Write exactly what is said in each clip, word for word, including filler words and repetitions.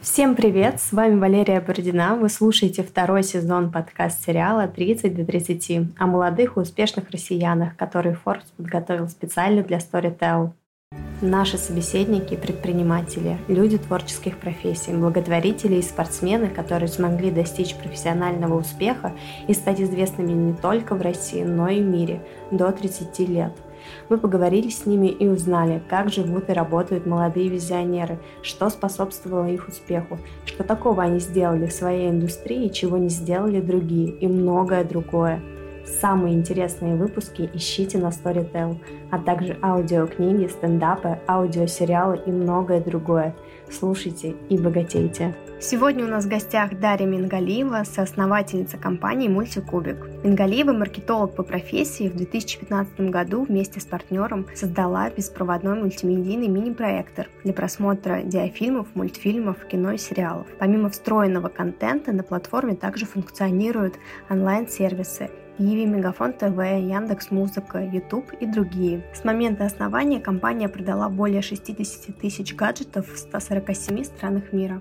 Всем привет! С вами Валерия Бородина. Вы слушаете второй сезон подкаст-сериала «тридцать до тридцати» о молодых и успешных россиянах, которые Forbes подготовил специально для Storytel. Наши собеседники – предприниматели, люди творческих профессий, благотворители и спортсмены, которые смогли достичь профессионального успеха и стать известными не только в России, но и в мире до тридцати лет. Мы поговорили с ними и узнали, как живут и работают молодые визионеры, что способствовало их успеху, что такого они сделали в своей индустрии, чего не сделали другие, и многое другое. Самые интересные выпуски ищите на Storytel, а также аудиокниги, стендапы, аудиосериалы и многое другое. Слушайте и богатейте. Сегодня у нас в гостях Дарья Мингалиева, соосновательница компании «Мультикубик». Мингалиева, маркетолог по профессии, в две тысячи пятнадцатом году вместе с партнером создала беспроводной мультимедийный мини-проектор для просмотра диафильмов, мультфильмов, кино и сериалов. Помимо встроенного контента на платформе также функционируют онлайн-сервисы Иви, Мегафон ТВ, Яндекс.Музыка, Ютуб и другие. С момента основания компания продала более шестьдесят тысяч гаджетов в ста сорока семи странах мира.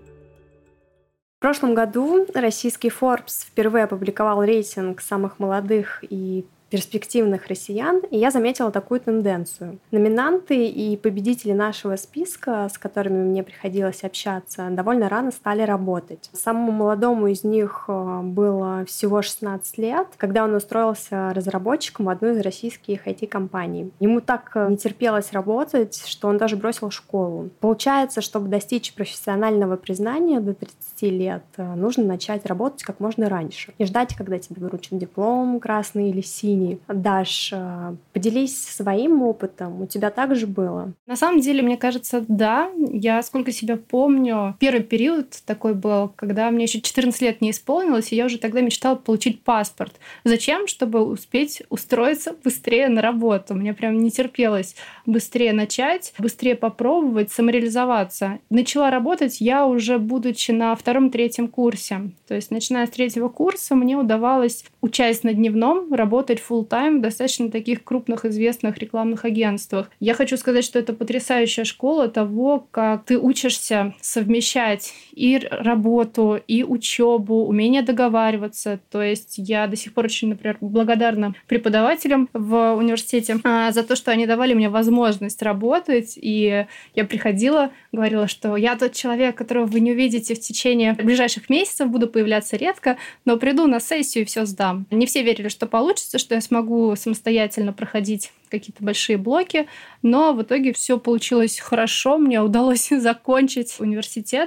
В прошлом году российский Forbes впервые опубликовал рейтинг самых молодых и перспективных россиян, и я заметила такую тенденцию. Номинанты и победители нашего списка, с которыми мне приходилось общаться, довольно рано стали работать. Самому молодому из них было всего шестнадцать лет, когда он устроился разработчиком в одну из российских ай ти-компаний. Ему так не терпелось работать, что он даже бросил школу. Получается, чтобы достичь профессионального признания до тридцати лет, нужно начать работать как можно раньше. Не ждать, когда тебе вручат диплом красный или синий. Даш, поделись своим опытом. У тебя так же было? На самом деле, мне кажется, да. Я, сколько себя помню, первый период такой был, когда мне еще четырнадцать лет не исполнилось, и я уже тогда мечтала получить паспорт. Зачем? Чтобы успеть устроиться быстрее на работу. Мне прям не терпелось быстрее начать, быстрее попробовать, самореализоваться. Начала работать я уже, будучи на втором-третьем курсе. То есть, начиная с третьего курса, мне удавалось, учась на дневном, работать full-time в достаточно таких крупных известных рекламных агентствах. Я хочу сказать, что это потрясающая школа того, как ты учишься совмещать и работу, и учебу, умение договариваться. То есть я до сих пор очень, например, благодарна преподавателям в университете за то, что они давали мне возможность работать. И я приходила, говорила, что я тот человек, которого вы не увидите в течение ближайших месяцев, буду появляться редко, но приду на сессию и все сдам. Не все верили, что получится, что я смогу самостоятельно проходить какие-то большие блоки, но в итоге все получилось хорошо, мне удалось закончить университет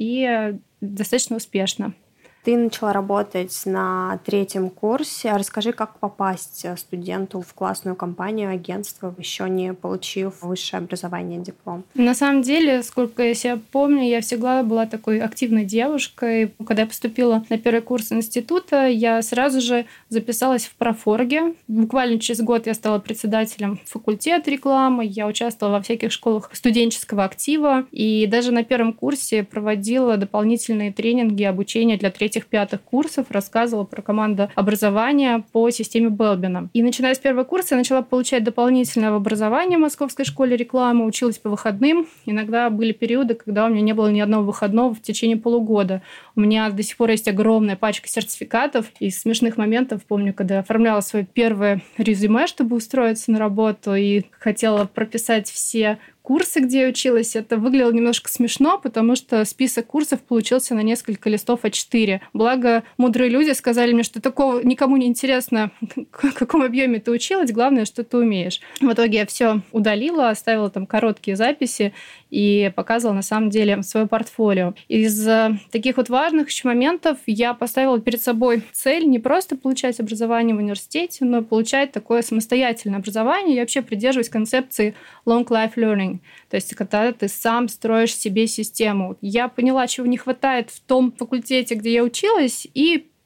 и достаточно успешно. Ты начала работать на третьем курсе. Расскажи, как попасть студенту в классную компанию, агентство, еще не получив высшее образование, диплом? На самом деле, сколько я себя помню, я всегда была такой активной девушкой. Когда я поступила на первый курс института, я сразу же записалась в профорге. Буквально через год я стала председателем факультета рекламы. Я участвовала во всяких школах студенческого актива. И даже на первом курсе проводила дополнительные тренинги, обучение для третьих пятых курсов, рассказывала про команду образования по системе Белбина. И начиная с первого курса я начала получать дополнительное образование в Московской школе рекламы, училась по выходным. Иногда были периоды, когда у меня не было ни одного выходного в течение полугода. У меня до сих пор есть огромная пачка сертификатов. Из смешных моментов помню, когда я оформляла свое первое резюме, чтобы устроиться на работу, и хотела прописать все курсы, где я училась, это выглядело немножко смешно, потому что список курсов получился на несколько листов а четыре. Благо, мудрые люди сказали мне, что такого никому не интересно, в каком объеме ты училась, главное, что ты умеешь. В итоге я все удалила, оставила там короткие записи и показывала, на самом деле, свое портфолио. Из таких вот важных еще моментов я поставила перед собой цель не просто получать образование в университете, но получать такое самостоятельное образование. Я вообще придерживаюсь концепции long life learning. То есть, когда ты сам строишь себе систему. Я поняла, чего не хватает в том факультете, где я училась, и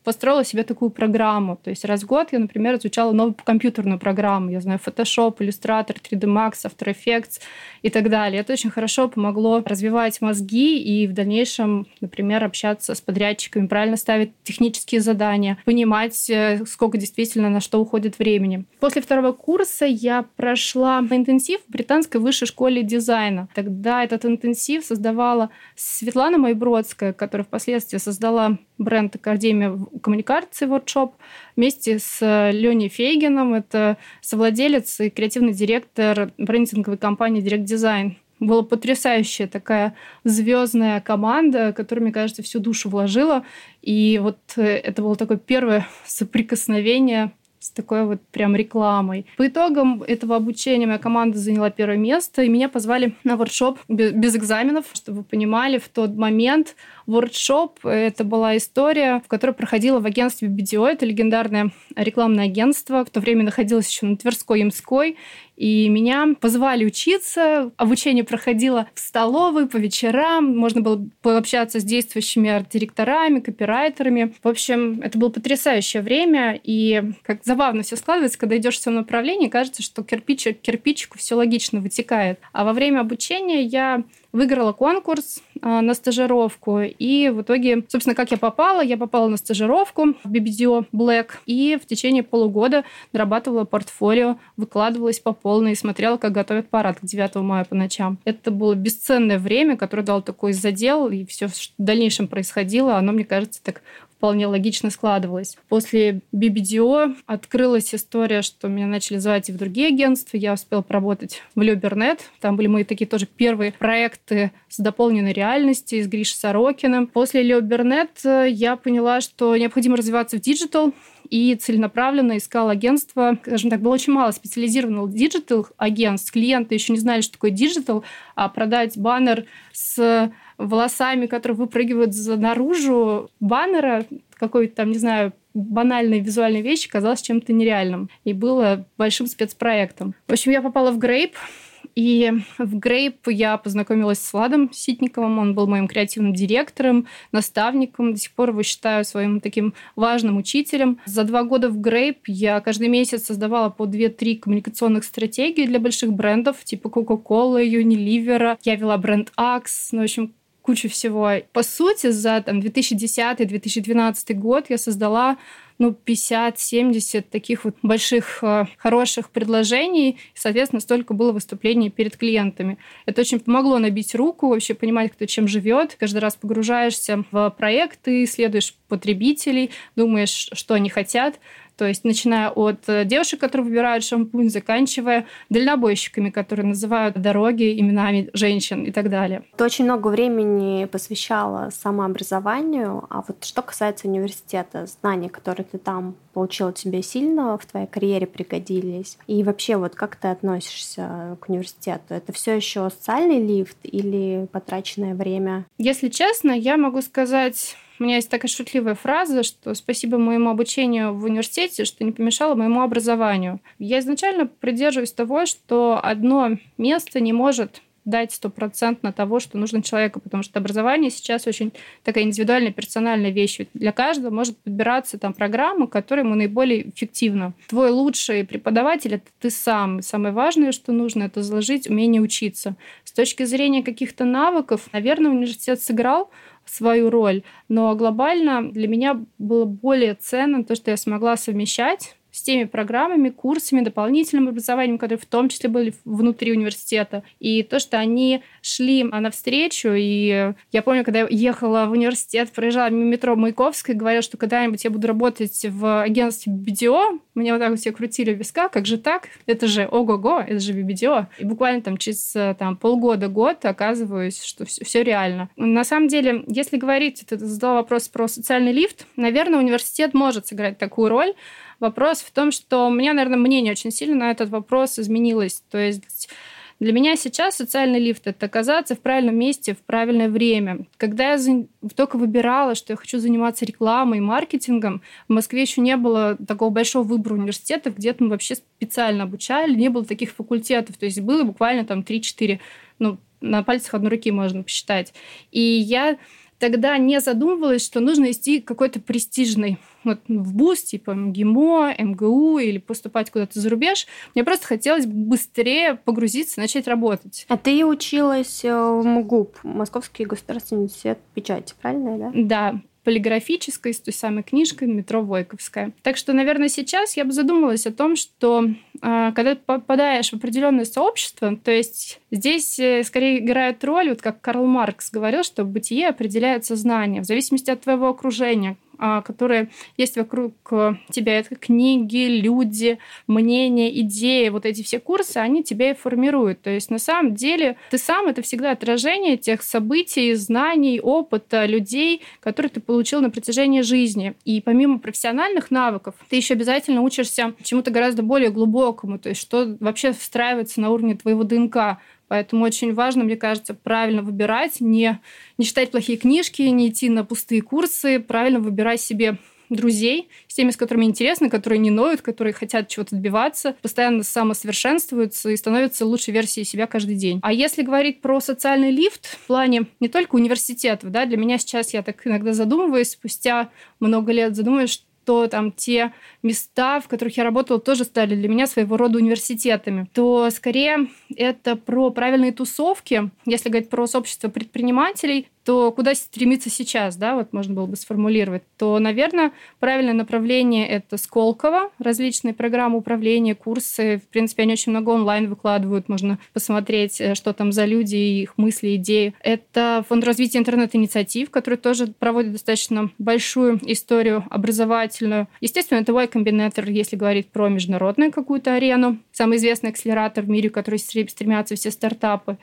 построила себе такую программу. То есть раз в год я, например, изучала новую компьютерную программу. Я знаю Photoshop, Illustrator, три дэ Max, After Effects и так далее. Это очень хорошо помогло развивать мозги и в дальнейшем, например, общаться с подрядчиками, правильно ставить технические задания, понимать, сколько действительно на что уходит времени. После второго курса я прошла интенсив в Британской высшей школе дизайна. Тогда этот интенсив создавала Светлана Майбродская, которая впоследствии создала бренд Академия коммуникации Воркшоп вместе с Леней Фейгином. Это совладелец и креативный директор брендинговой компании Direct Design. Была потрясающая такая звездная команда, которая, мне кажется, всю душу вложила. И вот это было такое первое соприкосновение с такой вот прям рекламой. По итогам этого обучения моя команда заняла первое место, и меня позвали на воркшоп без экзаменов. Чтобы вы понимали, в тот момент воркшоп — это была история, в которой проходила в агентстве би би ди о. Это легендарное рекламное агентство. В то время находилось еще на Тверской, Ямской. И меня позвали учиться. Обучение проходило в столовой по вечерам. Можно было пообщаться с действующими арт-директорами, копирайтерами. В общем, это было потрясающее время. И как забавно все складывается, когда идешь в своем направлении, кажется, что кирпичик к кирпичику все логично вытекает. А во время обучения я выиграла конкурс на стажировку. И в итоге, собственно, как я попала? Я попала на стажировку в би би ди о Black. И в течение полугода дорабатывала портфолио, выкладывалась по полной и смотрела, как готовят парад к девятому мая по ночам. Это было бесценное время, которое дало такой задел. И все, что в дальнейшем происходило, оно, мне кажется, так вполне логично складывалось. После би би ди о открылась история, что меня начали звать и в другие агентства. Я успела поработать в Любернет. Там были мои такие тоже первые проекты с дополненной реальностью, с Гришей Сорокиным. После Любернет я поняла, что необходимо развиваться в диджитал, и целенаправленно искала агентство. Скажем так, было очень мало специализированных диджитал-агентств. Клиенты еще не знали, что такое диджитал, а продать баннер с волосами, которые выпрыгивают наружу баннера, какой-то там, не знаю, банальной визуальной вещи, казалось чем-то нереальным. И было большим спецпроектом. В общем, я попала в Грейп. И в Грейп я познакомилась с Владом Ситниковым. Он был моим креативным директором, наставником. До сих пор его считаю своим таким важным учителем. За два года в Грейп я каждый месяц создавала по две-три коммуникационных стратегии для больших брендов, типа Coca-Cola, Unilever. Я вела бренд Axe. Ну, в общем, кучу всего. По сути, за там, две тысячи десятый - две тысячи двенадцатый год я создала ну, пятьдесят-семьдесят таких вот больших, хороших предложений. И, соответственно, столько было выступлений перед клиентами. Это очень помогло набить руку, вообще понимать, кто чем живет. Каждый раз погружаешься в проекты, исследуешь потребителей, думаешь, что они хотят. То есть, начиная от девушек, которые выбирают шампунь, заканчивая дальнобойщиками, которые называют дороги именами женщин и так далее. Ты очень много времени посвящала самообразованию, а вот что касается университета, знания, которые ты там получила, тебе сильно в твоей карьере пригодились? И вообще, вот как ты относишься к университету? Это все еще социальный лифт или потраченное время? Если честно, я могу сказать... У меня есть такая шутливая фраза, что спасибо моему обучению в университете, что не помешало моему образованию. Я изначально придерживаюсь того, что одно место не может дать стопроцентно того, что нужно человеку, потому что образование сейчас очень такая индивидуальная, персональная вещь. Ведь для каждого может подбираться там программа, которая ему наиболее эффективна. Твой лучший преподаватель — это ты сам. Самое важное, что нужно, это заложить умение учиться. С точки зрения каких-то навыков, наверное, университет сыграл свою роль, но глобально для меня было более ценно то, что я смогла совмещать с теми программами, курсами, дополнительным образованием, которые в том числе были внутри университета. И то, что они шли навстречу. И я помню, когда я ехала в университет, проезжала мимо метро Маяковской, говорила, что когда-нибудь я буду работать в агентстве би би ди о. Меня вот так вот все крутили в виска. Как же так? Это же ого-го, это же би би ди о. И буквально там через там, полгода-год оказываюсь, что все, все реально. На самом деле, если говорить, ты задал вопрос про социальный лифт, наверное, университет может сыграть такую роль. Вопрос в том, что у меня, наверное, мнение очень сильно на этот вопрос изменилось. То есть для меня сейчас социальный лифт — это оказаться в правильном месте в правильное время. Когда я только выбирала, что я хочу заниматься рекламой, маркетингом, в Москве еще не было такого большого выбора университетов, где-то мы вообще специально обучали, не было таких факультетов. То есть было буквально там три-четыре, ну, на пальцах одной руки можно посчитать. И я тогда не задумывалась, что нужно идти какой-то престижный вот, в вуз, типа МГИМО, МГУ или поступать куда-то за рубеж. Мне просто хотелось быстрее погрузиться, начать работать. А ты училась в МГУП, Московский государственный университет печати, правильно, да? Да, полиграфической, с той самой книжкой «Метро Войковская». Так что, наверное, сейчас я бы задумалась о том, что э, когда ты попадаешь в определенное сообщество, то есть здесь э, скорее играет роль, вот как Карл Маркс говорил, что бытие определяет сознание в зависимости от твоего окружения, которые есть вокруг тебя. Это книги, люди, мнения, идеи. Вот эти все курсы, они тебя и формируют. То есть на самом деле ты сам — это всегда отражение тех событий, знаний, опыта людей, которые ты получил на протяжении жизни. И помимо профессиональных навыков, ты еще обязательно учишься чему-то гораздо более глубокому, то есть что вообще встраивается на уровне твоего ДНК. Поэтому очень важно, мне кажется, правильно выбирать, не, не читать плохие книжки, не идти на пустые курсы, правильно выбирать себе друзей, с теми, с которыми интересно, которые не ноют, которые хотят чего-то добиваться, постоянно самосовершенствуются и становятся лучшей версией себя каждый день. А если говорить про социальный лифт в плане не только университетов, да, для меня сейчас, я так иногда задумываюсь, спустя много лет задумываюсь, что там те места, в которых я работала, тоже стали для меня своего рода университетами, то скорее это про правильные тусовки. Если говорить про сообщество предпринимателей, то куда стремиться сейчас, да, вот можно было бы сформулировать, то, наверное, правильное направление — это Сколково, различные программы управления, курсы. В принципе, они очень много онлайн выкладывают, можно посмотреть, что там за люди, их мысли, идеи. Это Фонд развития интернет-инициатив, который тоже проводит достаточно большую историю образовательную. Естественно, это Y Combinator, если говорить про международную какую-то арену. Самый известный акселератор в мире, в который стремятся все стартапы.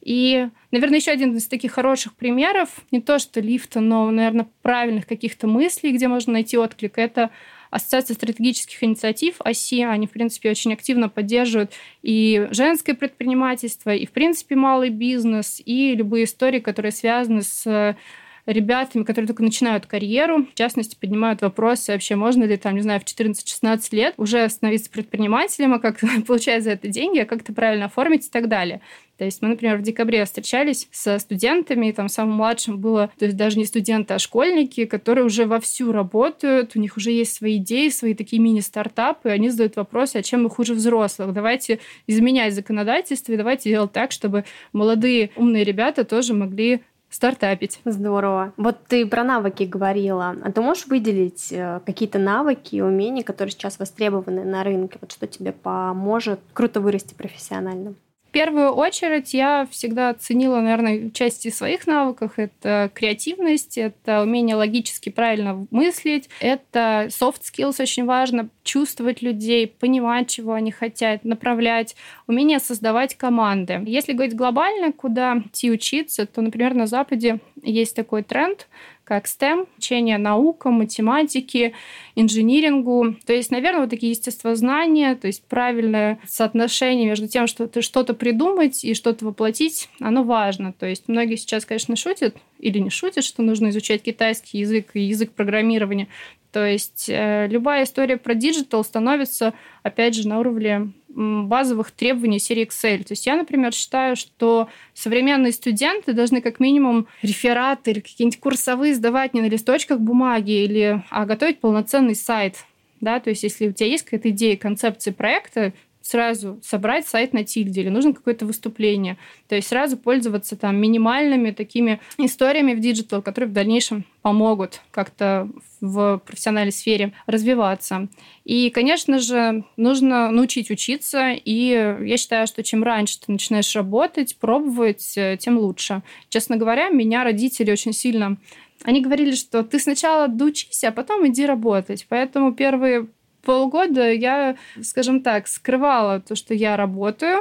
И, наверное, еще один из таких хороших примеров, не то что лифта, но, наверное, правильных каких-то мыслей, где можно найти отклик, это Ассоциация стратегических инициатив, АСИ. Они, в принципе, очень активно поддерживают и женское предпринимательство, и, в принципе, малый бизнес, и любые истории, которые связаны с ребятами, которые только начинают карьеру, в частности, поднимают вопросы, вообще можно ли там, не знаю, в четырнадцать-шестнадцать лет уже становиться предпринимателем, а как получать за это деньги, а как это правильно оформить и так далее. То есть мы, например, в декабре встречались со студентами, и там самым младшим было, то есть даже не студенты, а школьники, которые уже вовсю работают, у них уже есть свои идеи, свои такие мини-стартапы, и они задают вопросы, а чем мы хуже взрослых? Давайте изменять законодательство, и давайте делать так, чтобы молодые умные ребята тоже могли стартапить. Здорово. Вот ты про навыки говорила. А ты можешь выделить какие-то навыки, умения, которые сейчас востребованы на рынке? Вот что тебе поможет круто вырасти профессионально? В первую очередь я всегда ценила, наверное, части своих навыков. Это креативность, это умение логически правильно мыслить, это soft skills очень важно, чувствовать людей, понимать, чего они хотят, направлять, умение создавать команды. Если говорить глобально, куда идти учиться, то, например, на Западе есть такой тренд, как STEM, учение наукам, математике, инжинирингу. То есть, наверное, вот такие естествознания, то есть правильное соотношение между тем, что ты что-то придумать и что-то воплотить, оно важно. То есть многие сейчас, конечно, шутят или не шутят, что нужно изучать китайский язык и язык программирования. То есть э, любая история про диджитал становится, опять же, на уровне базовых требований серии Excel. То есть я, например, считаю, что современные студенты должны как минимум рефераты или какие-нибудь курсовые сдавать не на листочках бумаги, или, а готовить полноценный сайт. Да? То есть если у тебя есть какая-то идея, концепция проекта, сразу собрать сайт на тильде, или нужно какое-то выступление. То есть сразу пользоваться там минимальными такими историями в диджитал, которые в дальнейшем помогут как-то в профессиональной сфере развиваться. И, конечно же, нужно научить учиться, и я считаю, что чем раньше ты начинаешь работать, пробовать, тем лучше. Честно говоря, меня родители очень сильно... Они говорили, что ты сначала доучись, а потом иди работать. Поэтому первые полгода я, скажем так, скрывала то, что я работаю.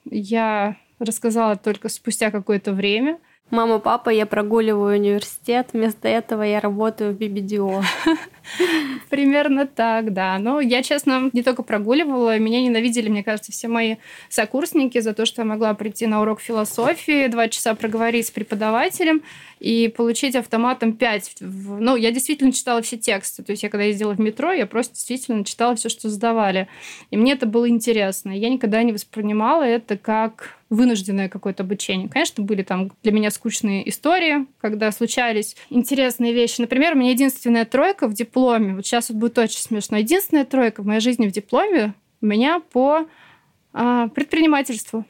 Я рассказала только спустя какое-то время. Мама, папа, я прогуливаю университет, вместо этого я работаю в би би ди о. Примерно так, да. Но я, честно, не только прогуливала, меня ненавидели, мне кажется, все мои сокурсники за то, что я могла прийти на урок философии, два часа проговорить с преподавателем и получить автоматом пять. Ну, я действительно читала все тексты. То есть я когда ездила в метро, я просто действительно читала все, что задавали. И мне это было интересно. Я никогда не воспринимала это как вынужденное какое-то обучение. Конечно, были там для меня скучные истории, когда случались интересные вещи. Например, у меня единственная тройка в дипломе, вот сейчас вот будет очень смешно, единственная тройка в моей жизни в дипломе у меня по а, предпринимательству.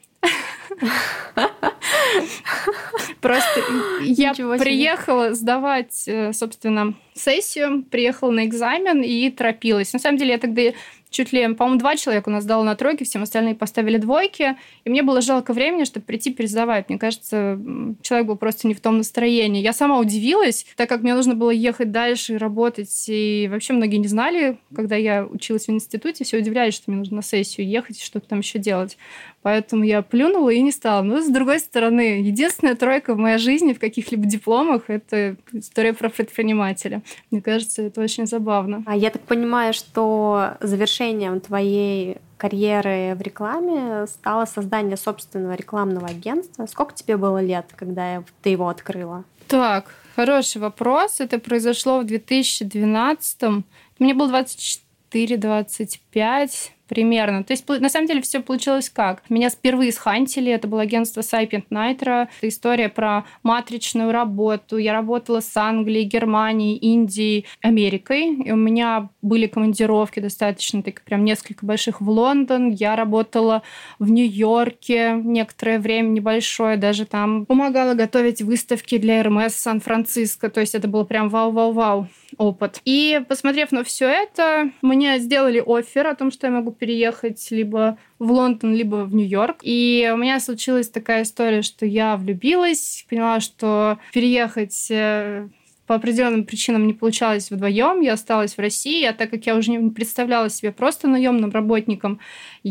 Просто я приехала сдавать, собственно, сессию, приехала на экзамен и торопилась. На самом деле, я тогда чуть ли, по-моему, два человека у нас сдало на тройке, всем остальные поставили двойки, и мне было жалко времени, чтобы прийти пересдавать. Мне кажется, человек был просто не в том настроении. Я сама удивилась, так как мне нужно было ехать дальше и работать, и вообще многие не знали, когда я училась в институте, все удивлялись, что мне нужно на сессию ехать и что-то там еще делать. Поэтому я плюнула и не стала. Но, с другой стороны, единственная тройка в моей жизни в каких-либо дипломах – это история про предпринимателя. Мне кажется, это очень забавно. А я так понимаю, что завершением твоей карьеры в рекламе стало создание собственного рекламного агентства. Сколько тебе было лет, когда ты его открыла? Так, хороший вопрос. Это произошло в две тысячи двенадцатом. Мне было двадцать четыре - двадцать пять примерно. То есть, на самом деле, все получилось как? Меня впервые схантили. Это было агентство Saipient Nitro. Это история про матричную работу. Я работала с Англией, Германией, Индией, Америкой. И у меня были командировки достаточно, так прям несколько больших в Лондон. Я работала в Нью-Йорке некоторое время небольшое. Даже там помогала готовить выставки для эр эм эс Сан-Франциско. То есть, это было прям вау-вау-вау опыт. И, посмотрев на все это, мне сделали оффер о том, что я могу переехать либо в Лондон, либо в Нью-Йорк. И у меня случилась такая история, что я влюбилась, поняла, что переехать по определенным причинам не получалось вдвоем. Я осталась в России, а так как я уже не представляла себя просто наемным работником,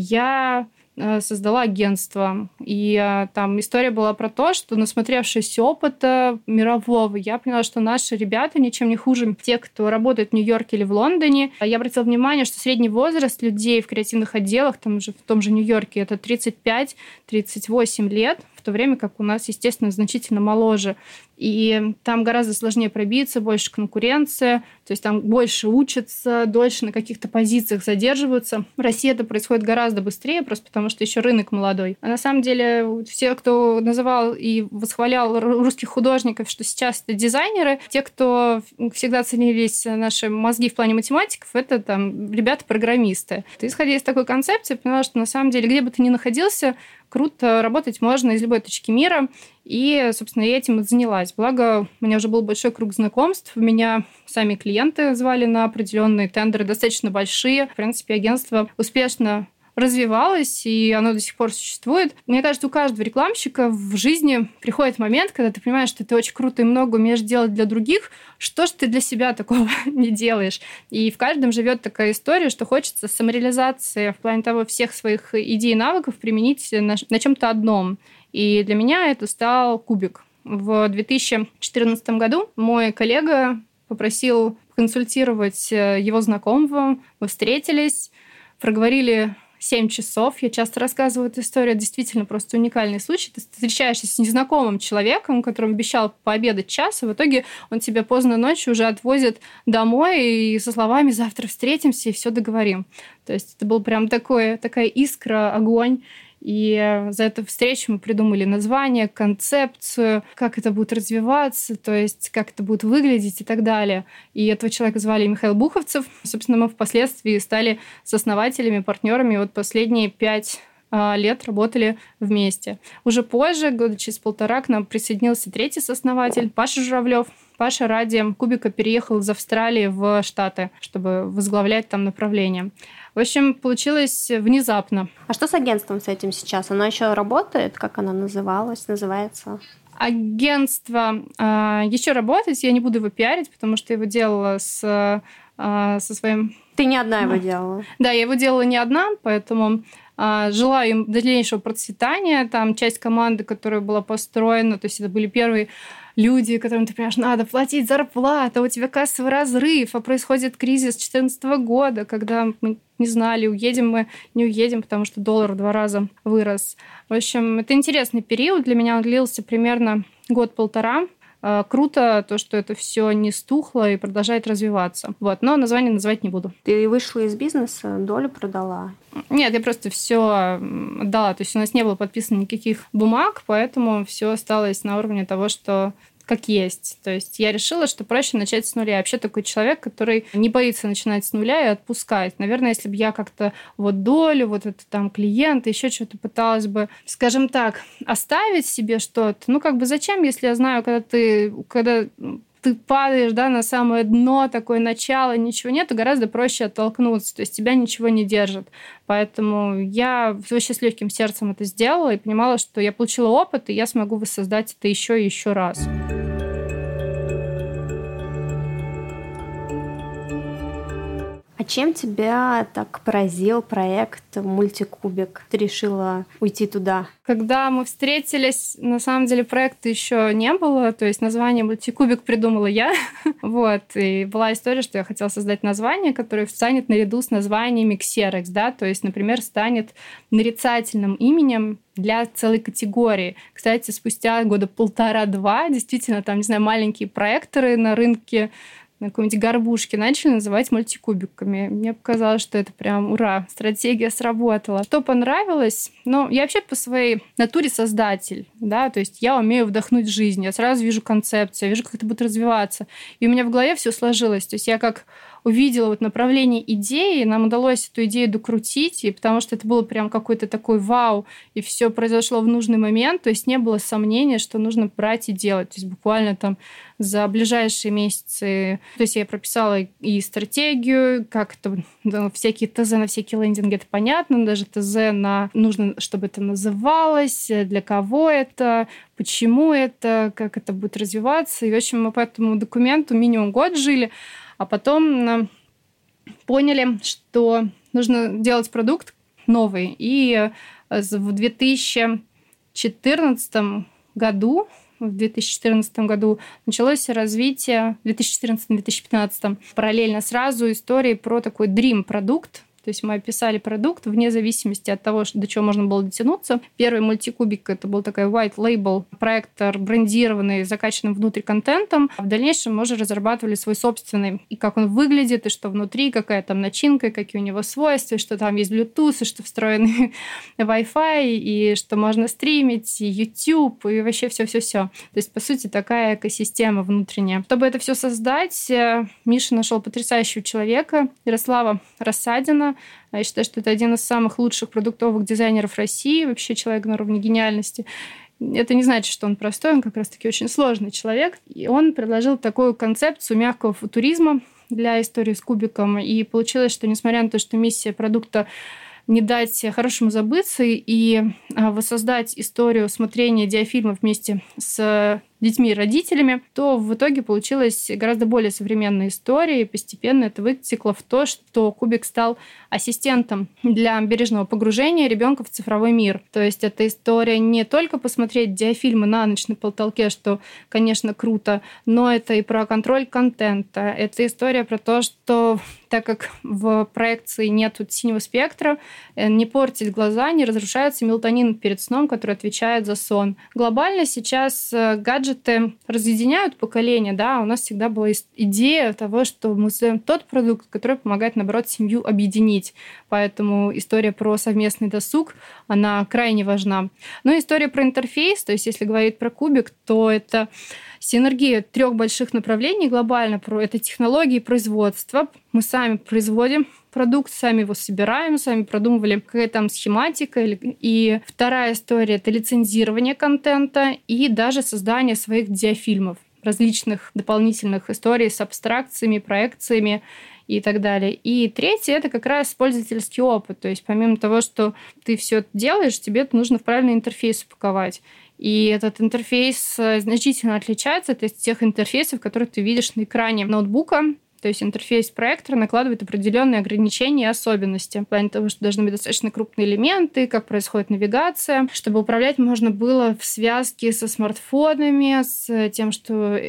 я создала агентство. И там история была про то, что, насмотревшись опыта мирового, я поняла, что наши ребята ничем не хуже тех, кто работает в Нью-Йорке или в Лондоне. Я обратила внимание, что средний возраст людей в креативных отделах, там же, в том же Нью-Йорке, это тридцать пять - тридцать восемь лет, в то время как у нас, естественно, значительно моложе. И там гораздо сложнее пробиться, больше конкуренция, то есть там больше учатся, дольше на каких-то позициях задерживаются. В России это происходит гораздо быстрее, просто потому что еще рынок молодой. А на самом деле все, кто называл и восхвалял русских художников, что сейчас это дизайнеры, те, кто всегда ценились наши мозги в плане математиков, это там ребята-программисты. Исходя из такой концепции, я поняла, что на самом деле, где бы ты ни находился, круто работать можно из любой точки мира. И, собственно, я этим и занялась. Благо, у меня уже был большой круг знакомств. Меня сами клиенты звали на определенные тендеры, достаточно большие. В принципе, агентство успешно развивалось, и оно до сих пор существует. Мне кажется, у каждого рекламщика в жизни приходит момент, когда ты понимаешь, что ты очень круто и много умеешь делать для других, что ж ты для себя такого не делаешь? И в каждом живет такая история, что хочется самореализации в плане того, всех своих идей и навыков применить на, на чем-то одном. И для меня это стал Кубик. В две тысячи четырнадцатом году мой коллега попросил консультировать его знакомого. Мы встретились, проговорили семь часов. Я часто рассказываю эту историю. Это действительно просто уникальный случай. Ты встречаешься с незнакомым человеком, которому обещал пообедать час, и в итоге он тебя поздно ночью уже отвозит домой и со словами «завтра встретимся и все договорим». То есть это был прям такой, такая искра, огонь. И за эту встречу мы придумали название, концепцию, как это будет развиваться, то есть как это будет выглядеть и так далее. И этого человека звали Михаил Буховцев. Собственно, мы впоследствии стали сооснователями, партнерами. Вот последние пять лет работали вместе. Уже позже, года через полтора, к нам присоединился третий сооснователь, Паша Журавлев. Паша ради Кубика переехал из Австралии в Штаты, чтобы возглавлять там направление. В общем, получилось внезапно. А что с агентством с этим сейчас? Оно еще работает? Как оно называлось, называется? Агентство э, еще работает. Я не буду его пиарить, потому что я его делала с, э, со своим... Ты не одна его делала? Да, я его делала не одна, поэтому... Желаю им дальнейшего процветания. Там часть команды, которая была построена, то есть это были первые люди, которым ты понимаешь, надо платить зарплату, у тебя кассовый разрыв, а происходит кризис две тысячи четырнадцатого года, когда мы не знали, уедем мы, не уедем, потому что доллар в два раза вырос. В общем, это интересный период. Для меня он длился примерно год-полтора. Круто то, что это все не стухло и продолжает развиваться. Вот. Но название называть не буду. Ты вышла из бизнеса, долю продала? Нет, я просто все отдала. То есть у нас не было подписано никаких бумаг, поэтому все осталось на уровне того, что как есть. То есть я решила, что проще начать с нуля. Я вообще такой человек, который не боится начинать с нуля и отпускать. Наверное, если бы я как-то вот долю, вот это там клиент, еще что-то пыталась бы, скажем так, оставить себе что-то, ну как бы зачем, если я знаю, когда ты, когда ты падаешь, да, на самое дно, такое начало, ничего нет, то гораздо проще оттолкнуться, то есть тебя ничего не держит. Поэтому я вообще с легким сердцем это сделала и понимала, что я получила опыт, и я смогу воссоздать это еще и еще раз. А чем тебя так поразил проект «Мультикубик»? Ты решила уйти туда? Когда мы встретились, на самом деле проекта еще не было, то есть название «Мультикубик» придумала я. Вот. И была история, что я хотела создать название, которое встанет наряду с названиями Xerox, да, то есть, например, станет нарицательным именем для целой категории. Кстати, спустя года полтора-два действительно там, не знаю, маленькие проекторы на рынке на какой-нибудь горбушке начали называть мультикубиками. Мне показалось, что это прям ура, стратегия сработала. Что понравилось? Ну, я вообще по своей натуре создатель, да, то есть я умею вдохнуть жизнь, я сразу вижу концепцию, я вижу, как это будет развиваться. И у меня в голове все сложилось. То есть я как увидела вот направление идеи, нам удалось эту идею докрутить, и потому что это было прям какой-то такой вау, и все произошло в нужный момент, то есть не было сомнения, что нужно брать и делать. То есть буквально там за ближайшие месяцы, то есть я прописала и стратегию, как это, да, всякие ТЗ на всякие лендинги, это понятно, даже ТЗ на нужно, чтобы это называлось, для кого это, почему это, как это будет развиваться. И, в общем, мы по этому документу минимум год жили, а потом поняли, что нужно делать продукт новый. И в две тысячи четырнадцатом году, в две тысячи четырнадцатом году началось развитие, в две тысячи четырнадцатом - две тысячи пятнадцатом параллельно сразу истории про такой dream-продукт. То есть мы описали продукт вне зависимости от того, до чего можно было дотянуться. Первый мультикубик — это был такой white label проектор, брендированный, закачанным внутрь контентом. В дальнейшем мы уже разрабатывали свой собственный, и как он выглядит, и что внутри, какая там начинка, и какие у него свойства, и что там есть Bluetooth, и что встроенный Wi-Fi, и что можно стримить, и YouTube, и вообще все-все-все. То есть, по сути, такая экосистема внутренняя. Чтобы это все создать, Миша нашел потрясающего человека, Ярослава Рассадина. Я считаю, что это один из самых лучших продуктовых дизайнеров России, вообще человек на уровне гениальности. Это не значит, что он простой, он как раз-таки очень сложный человек. И он предложил такую концепцию мягкого футуризма для истории с кубиком. И получилось, что несмотря на то, что миссия продукта не дать хорошему забыться и воссоздать историю смотрения диафильмов вместе с детьми и родителями, то в итоге получилась гораздо более современная история, и постепенно это вытекло в то, что кубик стал ассистентом для бережного погружения ребенка в цифровой мир. То есть это история не только посмотреть диафильмы на ночь на потолке, что, конечно, круто, но это и про контроль контента. Это история про то, что так как в проекции нет синего спектра, не портить глаза, не разрушается мелатонин перед сном, который отвечает за сон. Глобально сейчас гаджеты разъединяют поколения, да, у нас всегда была идея того, что мы создаем тот продукт, который помогает, наоборот, семью объединить. Поэтому история про совместный досуг, она крайне важна. Ну, история про интерфейс, то есть если говорить про кубик, то это синергия трех больших направлений глобально. Про это технологии производства. Мы сами производим продукт, сами его собираем, сами продумывали, какая там схематика. И вторая история — это лицензирование контента и даже создание своих диафильмов, различных дополнительных историй с абстракциями, проекциями и так далее. И третье — это как раз пользовательский опыт. То есть помимо того, что ты все это делаешь, тебе это нужно в правильный интерфейс упаковать. И этот интерфейс значительно отличается от тех интерфейсов, которые ты видишь на экране ноутбука. То есть интерфейс проектора накладывает определенные ограничения и особенности. В плане того, что должны быть достаточно крупные элементы, как происходит навигация, чтобы управлять можно было в связке со смартфонами, с тем, что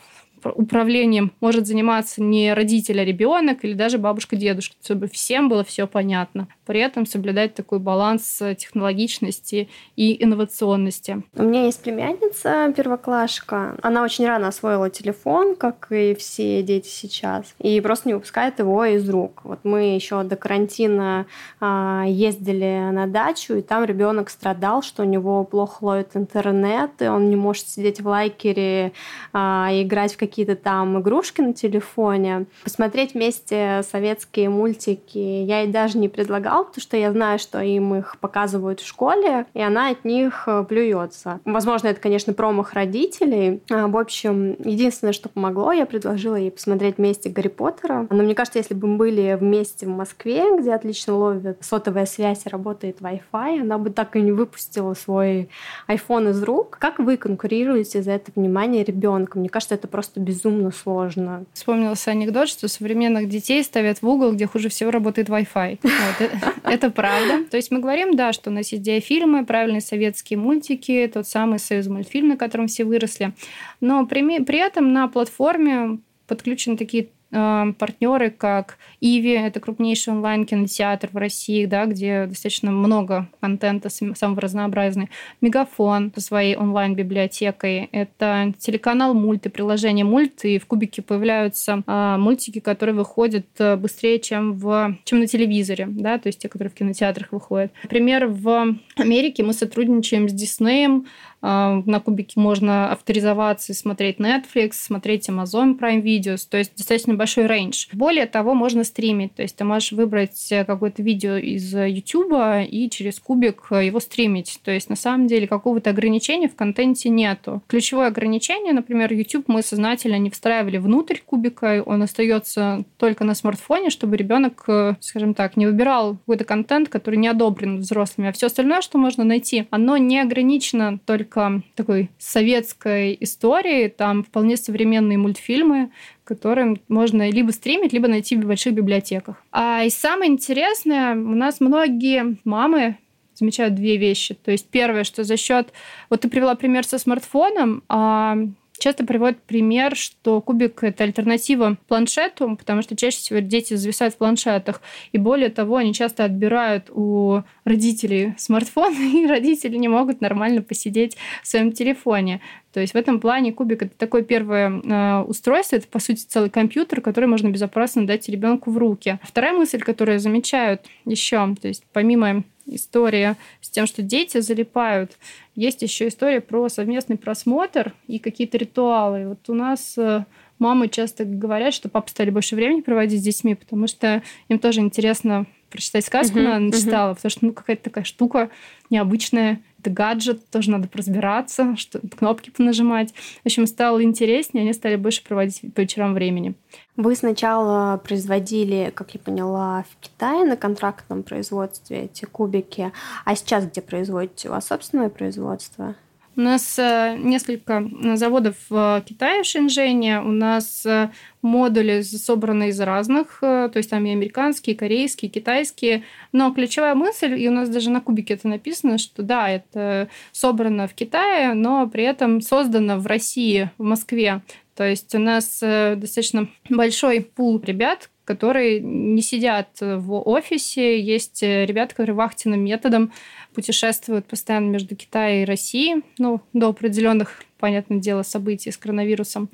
управлением может заниматься не родитель, а ребенок или даже бабушка-дедушка, чтобы всем было все понятно. При этом соблюдать такой баланс технологичности и инновационности. У меня есть племянница, первоклашка. Она очень рано освоила телефон, как и все дети сейчас, и просто не выпускает его из рук. Вот мы еще до карантина а, ездили на дачу, и там ребенок страдал, что у него плохо ловит интернет, и он не может сидеть в лайкере а, и играть в какие-то там игрушки на телефоне. Посмотреть вместе советские мультики я ей даже не предлагала, потому что я знаю, что им их показывают в школе, и она от них плюется. Возможно, это, конечно, промах родителей. В общем, единственное, что помогло, я предложила ей посмотреть вместе Гарри Поттера. Но мне кажется, если бы мы были вместе в Москве, где отлично ловит сотовая связь и работает Wi-Fi, она бы так и не выпустила свой iPhone из рук. Как вы конкурируете за это внимание ребенка? Мне кажется, это просто безумно сложно. Вспомнился анекдот, что современных детей ставят в угол, где хуже всего работает Wi-Fi. Вот. Это правда. То есть мы говорим, да, что у нас есть диафильмы, правильные советские мультики, тот самый Союзмультфильм, на котором все выросли. Но при, при этом на платформе подключены такие партнеры, как Иви, это крупнейший онлайн-кинотеатр в России, да, где достаточно много контента самого разнообразного. Мегафон со своей онлайн-библиотекой. Это телеканал Мульт и приложение Мульт, и в Кубике появляются а, мультики, которые выходят быстрее, чем, в, чем на телевизоре, да, то есть те, которые в кинотеатрах выходят. Например, в Америке мы сотрудничаем с Диснеем. На Кубике можно авторизоваться и смотреть Netflix, смотреть Amazon Prime Video, то есть достаточно большой рейндж. Более того, можно стримить, то есть ты можешь выбрать какое-то видео из YouTube и через Кубик его стримить. То есть на самом деле какого-то ограничения в контенте нету. Ключевое ограничение, например, YouTube мы сознательно не встраивали внутрь Кубика, он остается только на смартфоне, чтобы ребенок, скажем так, не выбирал какой-то контент, который не одобрен взрослыми, а все остальное, что можно найти, оно не ограничено только такой советской истории, там вполне современные мультфильмы, которые можно либо стримить, либо найти в больших библиотеках. А и самое интересное, у нас многие мамы замечают две вещи. То есть первое, что за счет... Вот ты привела пример со смартфоном, а часто приводят пример, что Кубик — это альтернатива планшету, потому что чаще всего дети зависают в планшетах. И более того, они часто отбирают у родителей смартфон, и родители не могут нормально посидеть в своем телефоне. То есть в этом плане Кубик — это такое первое э, устройство, это, по сути, целый компьютер, который можно безопасно дать ребенку в руки. Вторая мысль, которую замечают еще, то есть помимо истории с тем, что дети залипают, есть еще история про совместный просмотр и какие-то ритуалы. Вот у нас э, мамы часто говорят, что папы стали больше времени проводить с детьми, потому что им тоже интересно прочитать сказку, uh-huh, она читала, uh-huh. потому что ну, какая-то такая штука необычная. Это гаджет, тоже надо разбираться, что кнопки понажимать. В общем, стало интереснее, они стали больше проводить по вечерам времени. Вы сначала производили, как я поняла, в Китае на контрактном производстве эти кубики, а сейчас где производите? У вас собственное производство? У нас несколько заводов в Китае, в Шэньчжэне. У нас модули собраны из разных, то есть там и американские, и корейские, и китайские. Но ключевая мысль, и у нас даже на кубике это написано, что да, это собрано в Китае, но при этом создано в России, в Москве. То есть у нас достаточно большой пул ребят, которые не сидят в офисе. Есть ребята, которые вахтенным методом путешествуют постоянно между Китаем и Россией, ну, до определенных, понятное дело, событий с коронавирусом.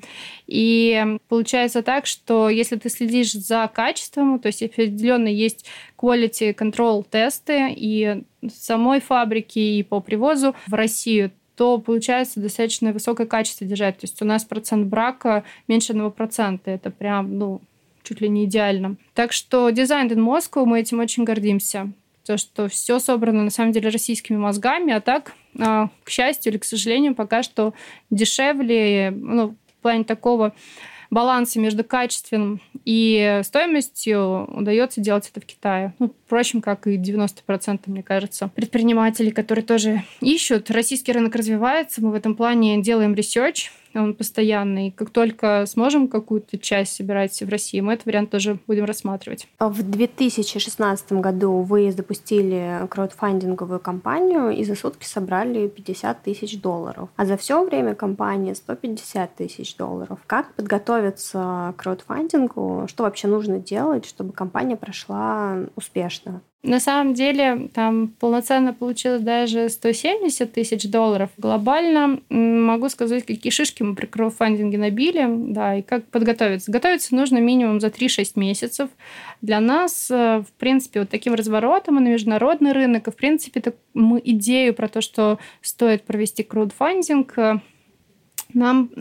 И получается так, что если ты следишь за качеством, то есть определенно есть quality control тесты и в самой фабрике, и по привозу в Россию, то получается достаточно высокое качество держать. То есть у нас процент брака меньше одного процента. Это прям, ну, чуть ли не идеально. Так что Designed in Moscow, мы этим очень гордимся. То, что все собрано, на самом деле, российскими мозгами, а так, к счастью или к сожалению, пока что дешевле, ну, в плане такого баланса между качеством и стоимостью удается делать это в Китае. Ну, впрочем, как и девяносто процентов, мне кажется, предпринимателей, которые тоже ищут. Российский рынок развивается, мы в этом плане делаем ресерч, он постоянный. Как только сможем какую-то часть собирать в России, мы этот вариант тоже будем рассматривать. В две тысячи шестнадцатом году вы запустили краудфандинговую кампанию и за сутки собрали пятьдесят тысяч долларов. А за все время кампании сто пятьдесят тысяч долларов. Как подготовиться к краудфандингу? Что вообще нужно делать, чтобы кампания прошла успешно? На самом деле, там полноценно получилось даже сто семьдесят тысяч долларов. Глобально могу сказать, какие шишки мы при краудфандинге набили, да, и как подготовиться. Готовиться нужно минимум за три-шесть месяцев. Для нас, в принципе, вот таким разворотом и на международный рынок, и, в принципе, так, мы идею про то, что стоит провести краудфандинг, нам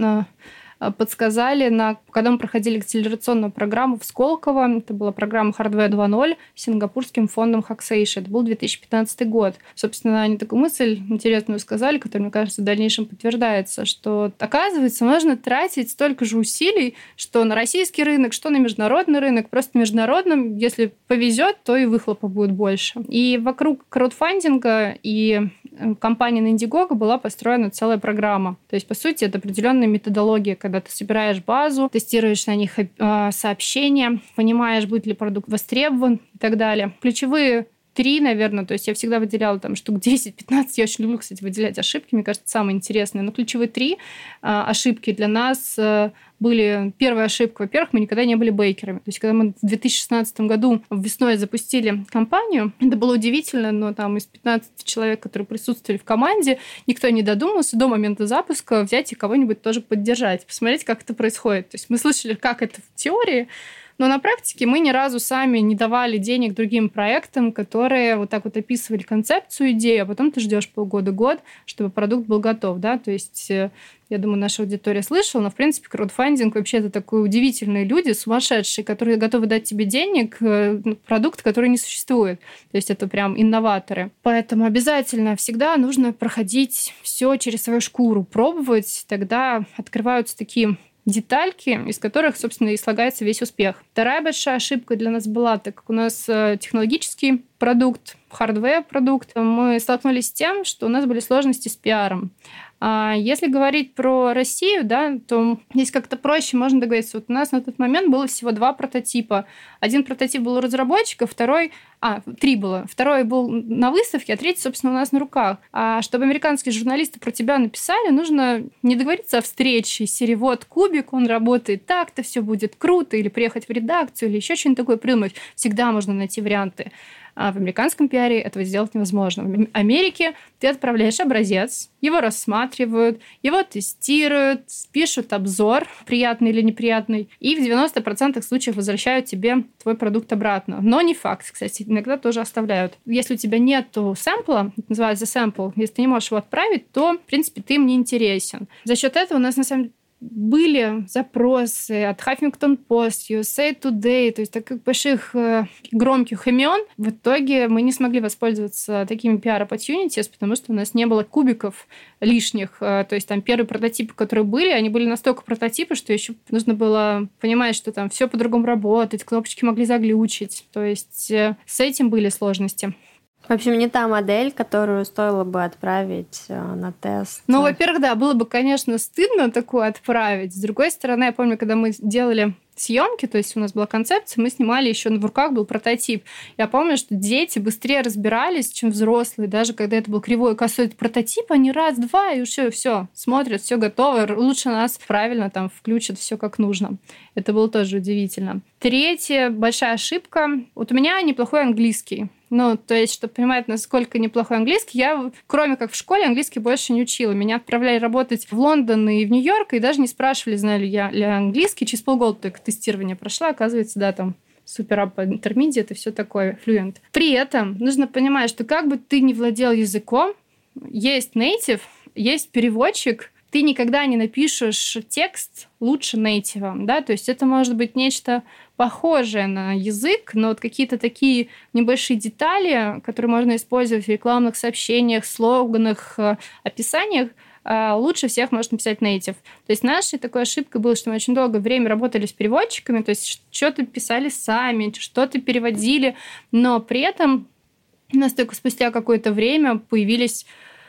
подсказали, на, когда мы проходили акселерационную программу в Сколково. Это была программа Hardware два ноль с сингапурским фондом Hacksation. Это был две тысячи пятнадцатый год. Собственно, они такую мысль интересную сказали, которая, мне кажется, в дальнейшем подтверждается, что, оказывается, можно тратить столько же усилий, что на российский рынок, что на международный рынок. Просто в международном, если повезет, то и выхлопа будет больше. И вокруг краудфандинга и компании на Indiegogo была построена целая программа. То есть, по сути, это определенная методология, когда ты собираешь базу, тестируешь на них сообщения, понимаешь, будет ли продукт востребован и так далее. Ключевые три, наверное, то есть я всегда выделяла там штук десять-пятнадцать. Я очень люблю, кстати, выделять ошибки, мне кажется, самые интересные. Но ключевые три ошибки для нас были... Первая ошибка, во-первых, мы никогда не были бейкерами. То есть когда мы в две тысячи шестнадцатом году весной запустили компанию, это было удивительно, но там из пятнадцати человек, которые присутствовали в команде, никто не додумался до момента запуска взять и кого-нибудь тоже поддержать, посмотреть, как это происходит. То есть мы слышали, как это в теории, но на практике мы ни разу сами не давали денег другим проектам, которые вот так вот описывали концепцию, идею, а потом ты ждешь полгода-год, чтобы продукт был готов, да, то есть я думаю, наша аудитория слышала, но, в принципе, краудфандинг вообще это такие удивительные люди, сумасшедшие, которые готовы дать тебе денег на продукт, который не существует. То есть это прям инноваторы. Поэтому обязательно всегда нужно проходить все через свою шкуру, пробовать, тогда открываются такие детальки, из которых, собственно, и слагается весь успех. Вторая большая ошибка для нас была, так как у нас технологический продукт, хардвер-продукт, мы столкнулись с тем, что у нас были сложности с пиаром. А если говорить про Россию, да, то здесь как-то проще, можно договориться. Вот у нас на тот момент было всего два прототипа. Один прототип был у разработчиков, второй... А, три было. Второй был на выставке, а третий, собственно, у нас на руках. А чтобы американские журналисты про тебя написали, нужно не договориться о встрече из серии «Вот кубик, он работает так-то, все будет круто», или приехать в редакцию, или еще что-нибудь такое придумать. Всегда можно найти варианты. А в американском пиаре этого сделать невозможно. В Америке ты отправляешь образец, его рассматривают, его тестируют, пишут обзор, приятный или неприятный, и в девяноста процентах случаев возвращают тебе твой продукт обратно. Но не факт, кстати, иногда тоже оставляют. Если у тебя нету сэмпла, это называется сэмпл, если ты не можешь его отправить, то, в принципе, ты им не интересен. За счет этого у нас, на самом деле, были запросы от Huffington Post, ю эс эй Today, то есть таких больших громких имен. В итоге мы не смогли воспользоваться такими пиар-opportunities, потому что у нас не было кубиков лишних. То есть там первые прототипы, которые были, они были настолько прототипы, что еще нужно было понимать, что там все по-другому работает, кнопочки могли заглючить. То есть с этим были сложности. В общем, не та модель, которую стоило бы отправить на тест. Ну, во-первых, да, было бы, конечно, стыдно такое отправить. С другой стороны, я помню, когда мы делали съемки, то есть у нас была концепция, мы снимали, еще в руках был прототип. Я помню, что дети быстрее разбирались, чем взрослые. Даже когда это был кривой и косой прототип, они раз-два, и все, все смотрят, все готово. Лучше нас правильно там включат все как нужно. Это было тоже удивительно. Третья большая ошибка. Вот у меня неплохой английский. Ну, то есть, чтобы понимать, насколько неплохой английский, я, кроме как в школе, английский больше не учила. Меня отправляли работать в Лондон и в Нью-Йорк, и даже не спрашивали, знаю ли я ли английский. Через полгода только тестирование прошла, оказывается, да, там супер-ап, интермедиат и все такое, флюент. При этом нужно понимать, что как бы ты ни владел языком, есть нейтив, есть переводчик, ты никогда не напишешь текст лучше нейтива, да, то есть это может быть нечто похожее на язык, но вот какие-то такие небольшие детали, которые можно использовать в рекламных сообщениях, слоганах, описаниях, лучше всех может написать нейтив. То есть нашей такой ошибкой было, что мы очень долгое время работали с переводчиками, то есть что-то писали сами, что-то переводили, но при этом у нас только спустя какое-то время появились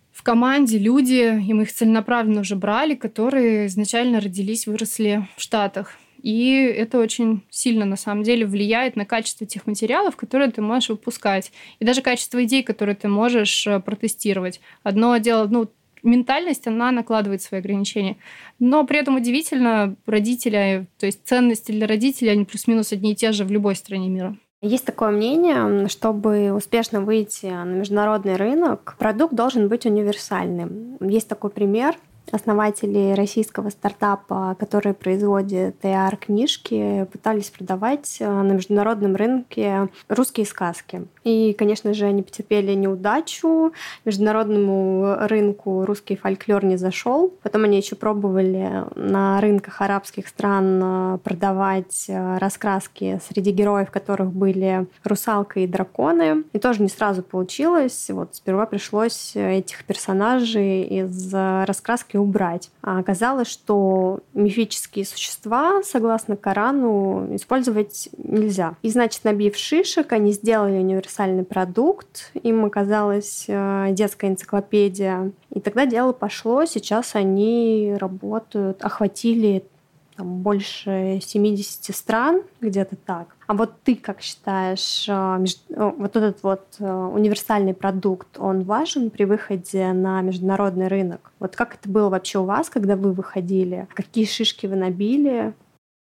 в команде люди, и мы их целенаправленно уже брали, которые изначально родились, выросли в Штатах. И это очень сильно, на самом деле, влияет на качество тех материалов, которые ты можешь выпускать. И даже качество идей, которые ты можешь протестировать. Одно дело, ну, ментальность, она накладывает свои ограничения. Но при этом удивительно, родители, то есть ценности для родителей, они плюс-минус одни и те же в любой стране мира. Есть такое мнение, чтобы успешно выйти на международный рынок, продукт должен быть универсальным. Есть такой пример. Основатели российского стартапа, который производит эй ар-книжки, пытались продавать на международном рынке русские сказки. И, конечно же, они потерпели неудачу. Международному рынку русский фольклор не зашел. Потом они еще пробовали на рынках арабских стран продавать раскраски, среди героев которых были русалка и драконы. И тоже не сразу получилось. Вот сперва пришлось этих персонажей из раскраски убрать. А оказалось, что мифические существа, согласно Корану, использовать нельзя. И, значит, набив шишек, они сделали универсальный продукт. Им оказалась детская энциклопедия. И тогда дело пошло. Сейчас они работают, охватили там больше семидесяти стран, где-то так. А вот ты как считаешь, вот этот вот универсальный продукт, он важен при выходе на международный рынок? Вот как это было вообще у вас, когда вы выходили? Какие шишки вы набили?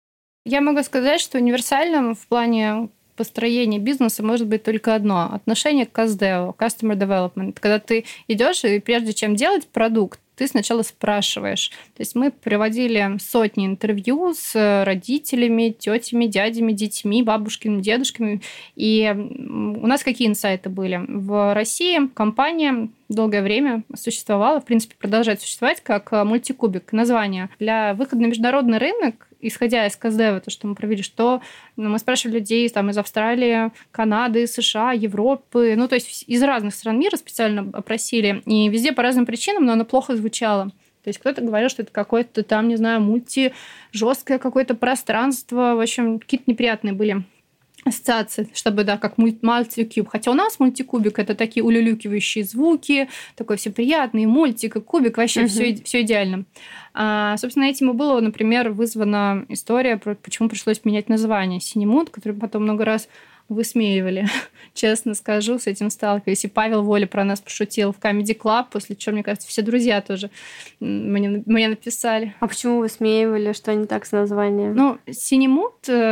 Я могу сказать, что универсальным в плане построения бизнеса может быть только одно – отношение к КАЗДЕВу, Customer Development. Когда ты идешь и прежде чем делать продукт, ты сначала спрашиваешь. То есть мы проводили сотни интервью с родителями, тетями, дядями, детьми, бабушками, дедушками. И у нас какие инсайты были? В России компания долгое время существовала, в принципе, продолжает существовать как мультикубик. Название. Для выхода на международный рынок, исходя из КАЗДЕВа, то, что мы провели, что мы спрашивали людей там, из Австралии, Канады, США, Европы, ну, то есть из разных стран мира специально опросили. И везде по разным причинам, но оно плохо звучало. То есть кто-то говорил, что это какое-то там, не знаю, мульти, жесткое какое-то пространство. В общем, какие-то неприятные были ассоциации, чтобы, да, как мультикуб. Хотя у нас мультикубик — это такие улюлюкивающие звуки, такой все приятный, мультик и кубик, вообще uh-huh. все, все идеально. А, собственно, этим и было, например, вызвана история, про почему пришлось менять название. Синемуд, который потом много раз высмеивали. Честно скажу, с этим сталкиваюсь. И Павел Воля про нас пошутил в Comedy Club, после чего, мне кажется, все друзья тоже мне, мне написали. А почему высмеивали? Что не так с названием? Ну, Синемуд...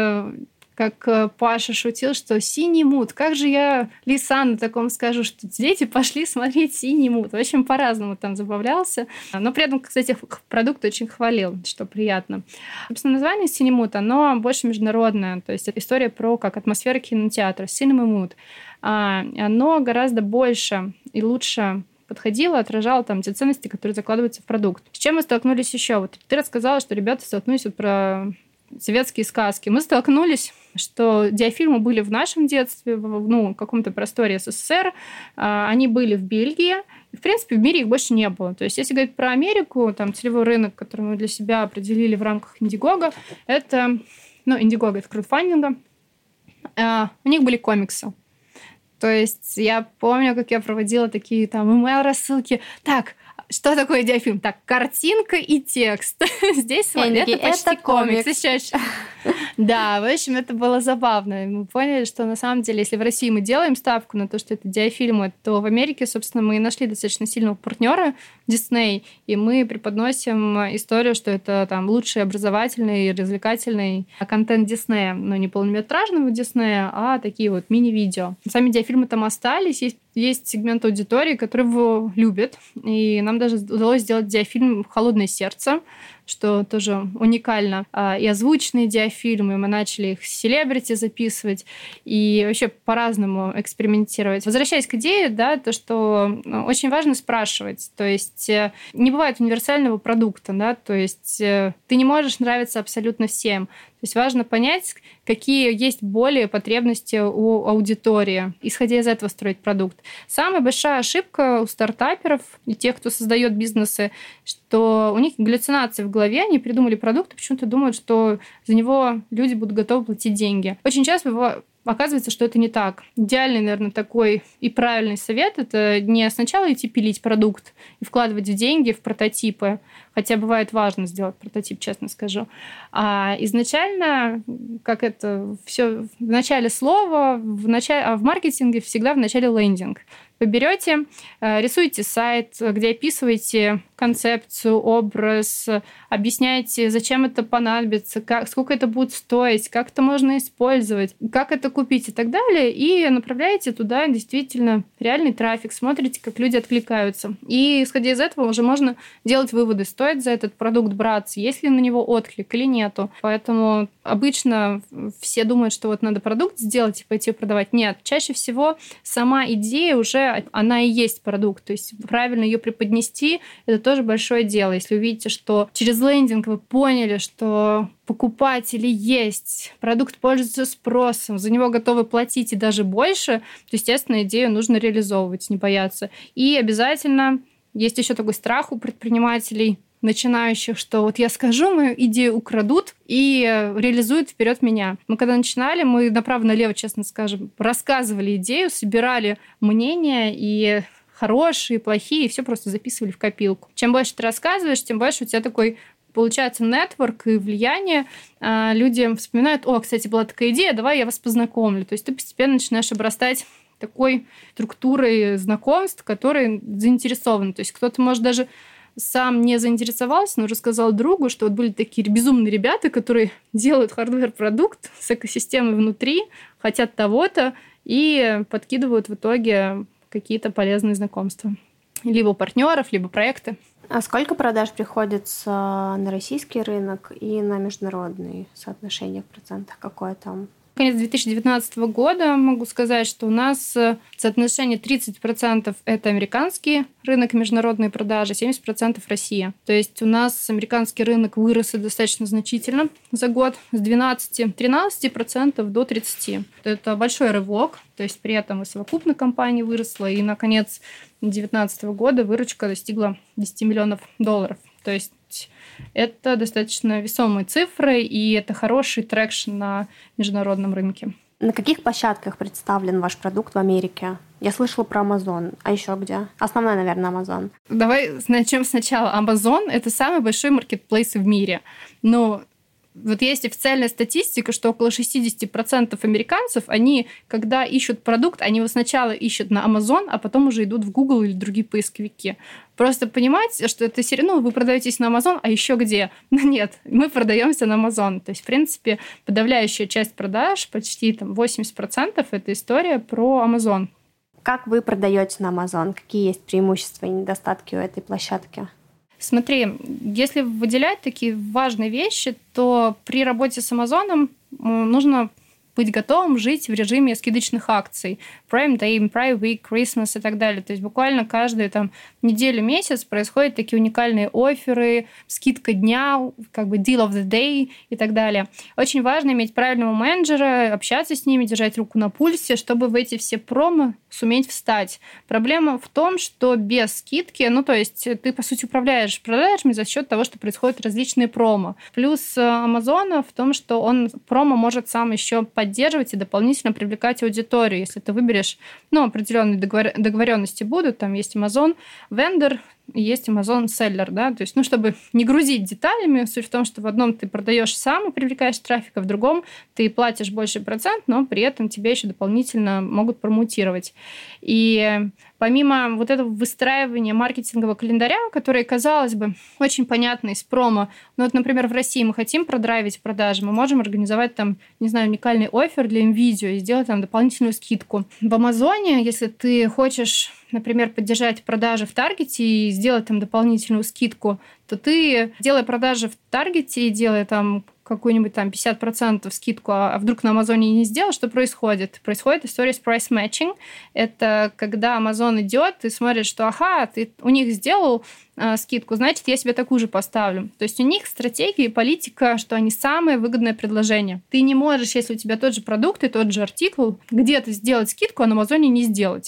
Как Паша шутил, что синий мут. Как же я лиса на таком скажу, что дети пошли смотреть синий мут. В общем, по-разному там забавлялся. Но при этом, кстати, продукт очень хвалил, что приятно. Собственно, название синий мут, оно больше международное. То есть это история про как атмосфера кинотеатра. Cinema Mood. Оно гораздо больше и лучше подходило, отражало там те ценности, которые закладываются в продукт. С чем мы столкнулись еще? Вот ты рассказала, что ребята столкнулись вот про советские сказки. Мы столкнулись, что диафильмы были в нашем детстве, в ну, каком-то просторе СССР, они были в Бельгии, и, в принципе, в мире их больше не было. То есть, если говорить про Америку, там целевой рынок, который мы для себя определили в рамках Indiegogo, это, ну, Indiegogo — это краудфандинга, у них были комиксы. То есть, я помню, как я проводила такие там email-рассылки. Так, что такое диафильм? Так, картинка и текст. Здесь вот, это почти это комикс. комикс. Да, в общем, это было забавно. Мы поняли, что на самом деле, если в России мы делаем ставку на то, что это диафильмы, то в Америке, собственно, мы нашли достаточно сильного партнера Disney, и мы преподносим историю, что это там лучший образовательный и развлекательный контент Disney, но не полнометражного Disney, а такие вот мини-видео. Сами диафильмы там остались, есть Есть сегмент аудитории, который его любит. И нам даже удалось сделать диафильм «Холодное сердце», что тоже уникально. И озвученные диафильмы, мы начали их с селебрити записывать и вообще по-разному экспериментировать. Возвращаясь к идее, да, то, что очень важно спрашивать. То есть не бывает универсального продукта, да, то есть ты не можешь нравиться абсолютно всем. То есть важно понять, какие есть боли, потребности у аудитории, исходя из этого строить продукт. Самая большая ошибка у стартаперов и тех, кто создает бизнесы, что у них галлюцинации в голове, они придумали продукт и почему-то думают, что за него люди будут готовы платить деньги. Очень часто оказывается, что это не так. Идеальный, наверное, такой и правильный совет – это не сначала идти пилить продукт и вкладывать в деньги, в прототипы, хотя бывает важно сделать прототип, честно скажу. А изначально, как это все в начале слова, в, начале, а в маркетинге всегда в начале лендинг. Вы берете, рисуете сайт, где описываете концепцию, образ, объясняете, зачем это понадобится, как, сколько это будет стоить, как это можно использовать, как это купить и так далее, и направляете туда действительно реальный трафик, смотрите, как люди откликаются. И, исходя из этого, уже можно делать выводы, стоит за этот продукт браться, есть ли на него отклик или нету. Поэтому обычно все думают, что вот надо продукт сделать и пойти продавать. Нет, чаще всего сама идея уже она и есть продукт. То есть правильно ее преподнести – это тоже большое дело. Если увидите, что через лендинг вы поняли, что покупатели есть, продукт пользуется спросом, за него готовы платить и даже больше, то, естественно, идею нужно реализовывать, не бояться. И обязательно есть еще такой страх у предпринимателей начинающих, что вот я скажу, мою идею украдут и реализуют вперед меня. Мы когда начинали, мы направо-налево, честно скажем, рассказывали идею, собирали мнения и хорошие, и плохие, и все просто записывали в копилку. Чем больше ты рассказываешь, тем больше у тебя такой получается нетворк и влияние. Люди вспоминают: о, кстати, была такая идея, давай я вас познакомлю. То есть ты постепенно начинаешь обрастать такой структурой знакомств, которые заинтересованы. То есть кто-то может даже сам не заинтересовался, но рассказал другу, что вот были такие безумные ребята, которые делают хардвер-продукт с экосистемой внутри, хотят того-то и подкидывают в итоге какие-то полезные знакомства. Либо партнеров, либо проекты. А сколько продаж приходится на российский рынок и на международный? Соотношение в процентах какое там? Конец две тысячи девятнадцатого года могу сказать, что у нас соотношение тридцать процентов это американский рынок, международные продажи, семьдесят процентов Россия. То есть у нас американский рынок вырос достаточно значительно за год с двенадцати-тринадцати процентов до тридцати процентов. Это большой рывок, то есть при этом и совокупно компания выросла, и на конец две тысячи девятнадцатого года выручка достигла десяти миллионов долларов. То есть это достаточно весомые цифры, и это хороший трекшн на международном рынке. На каких площадках представлен ваш продукт в Америке? Я слышала про Amazon. А еще где? Основной, наверное, Amazon. Давай начнем сначала. Amazon – это самый большой маркетплейс в мире. Но вот есть официальная статистика, что около шестьдесят процентов американцев, они, когда ищут продукт, они его сначала ищут на Amazon, а потом уже идут в Google или другие поисковики. Просто понимать, что это серия, ну, вы продаетесь на Amazon, а еще где? Ну, нет, мы продаемся на Amazon. То есть, в принципе, подавляющая часть продаж, почти там восемьдесят процентов, это история про Amazon. Как вы продаете на Amazon? Какие есть преимущества и недостатки у этой площадки? Смотри, если выделять такие важные вещи, то при работе с Амазоном нужно быть готовым жить в режиме скидочных акций. Prime Day, Prime Week, Christmas и так далее. То есть буквально каждую там, неделю, месяц происходят такие уникальные офферы, скидка дня, как бы deal of the day и так далее. Очень важно иметь правильного менеджера, общаться с ними, держать руку на пульсе, чтобы в эти все промо суметь встать. Проблема в том, что без скидки, ну то есть ты, по сути, управляешь продажами за счет того, что происходят различные промо. Плюс Амазона в том, что он промо может сам еще поддерживать и дополнительно привлекать аудиторию. Если ты выберешь, ну, определенные договоренности будут, там есть Amazon Vendor, есть Amazon Seller, да, то есть, ну, чтобы не грузить деталями, суть в том, что в одном ты продаешь сам и привлекаешь трафик, а в другом ты платишь больший процент, но при этом тебе еще дополнительно могут промоутировать. И помимо вот этого выстраивания маркетингового календаря, который, казалось бы, очень понятный из промо, ну, вот, например, в России мы хотим продрайвить продажи, мы можем организовать там, не знаю, уникальный оффер для МВидео и сделать там дополнительную скидку. В Амазоне, если ты хочешь, например, поддержать продажи в Таргете и сделать там дополнительную скидку, то ты, делая продажи в Таргете и делая там какую-нибудь там пятьдесят процентов скидку, а вдруг на Амазоне не сделал, что происходит? Происходит история с price matching. Это когда Amazon идет и смотрит, что ага, ты у них сделал э, скидку, значит, я себе такую же поставлю. То есть у них стратегия и политика, что они самое выгодное предложение. Ты не можешь, если у тебя тот же продукт и тот же артикул, где-то сделать скидку, а на Амазоне не сделать.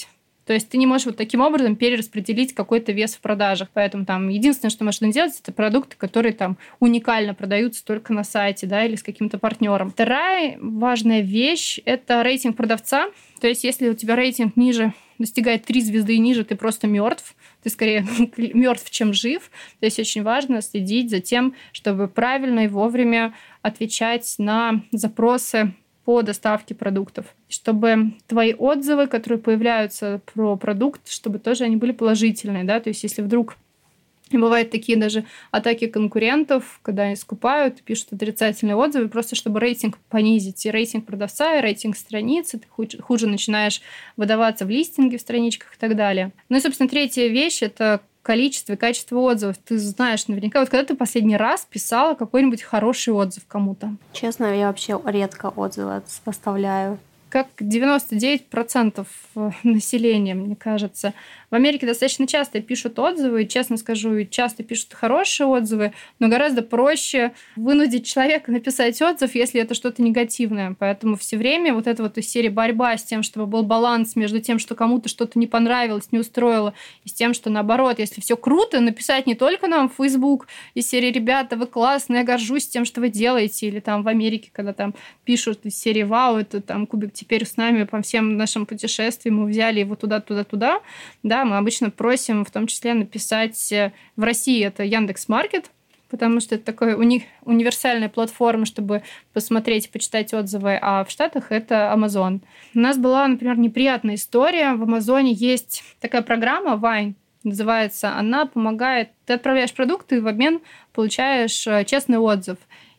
То есть ты не можешь вот таким образом перераспределить какой-то вес в продажах. Поэтому там единственное, что можно делать, это продукты, которые там уникально продаются только на сайте, да, или с каким-то партнером. Вторая важная вещь – это рейтинг продавца. То есть если у тебя рейтинг ниже, достигает три звезды и ниже, ты просто мертв. Ты скорее мертв, чем жив. То есть очень важно следить за тем, чтобы правильно и вовремя отвечать на запросы по доставке продуктов, чтобы твои отзывы, которые появляются про продукт, чтобы тоже они были положительные, да, то есть если вдруг бывают такие даже атаки конкурентов, когда они скупают, пишут отрицательные отзывы, просто чтобы рейтинг понизить, и рейтинг продавца, и рейтинг страницы, ты хуже, хуже начинаешь выдаваться в листинге в страничках и так далее. Ну и, собственно, третья вещь – это количество и качество отзывов. Ты знаешь наверняка, вот когда ты последний раз писала какой-нибудь хороший отзыв кому-то? Честно, я вообще редко отзывы оставляю. Как девяносто девять процентов населения, мне кажется. В Америке достаточно часто пишут отзывы, честно скажу, и часто пишут хорошие отзывы, но гораздо проще вынудить человека написать отзыв, если это что-то негативное. Поэтому все время вот эта вот из серии борьба с тем, чтобы был баланс между тем, что кому-то что-то не понравилось, не устроило, и с тем, что наоборот, если все круто, написать не только нам в Facebook из серии «Ребята, вы классные, я горжусь тем, что вы делаете», или там в Америке, когда там пишут из серии «Вау, это там Кубик теперь с нами по всем нашим путешествиям, мы взяли его туда-туда-туда», да, мы обычно просим в том числе написать в России это Яндекс.Маркет, потому что это такая уни- универсальная платформа, чтобы посмотреть и почитать отзывы, а в Штатах это Amazon. У нас была, например, неприятная история. В Амазоне есть такая программа Vine, называется. Она помогает, ты отправляешь продукты и в обмен получаешь честный отзыв.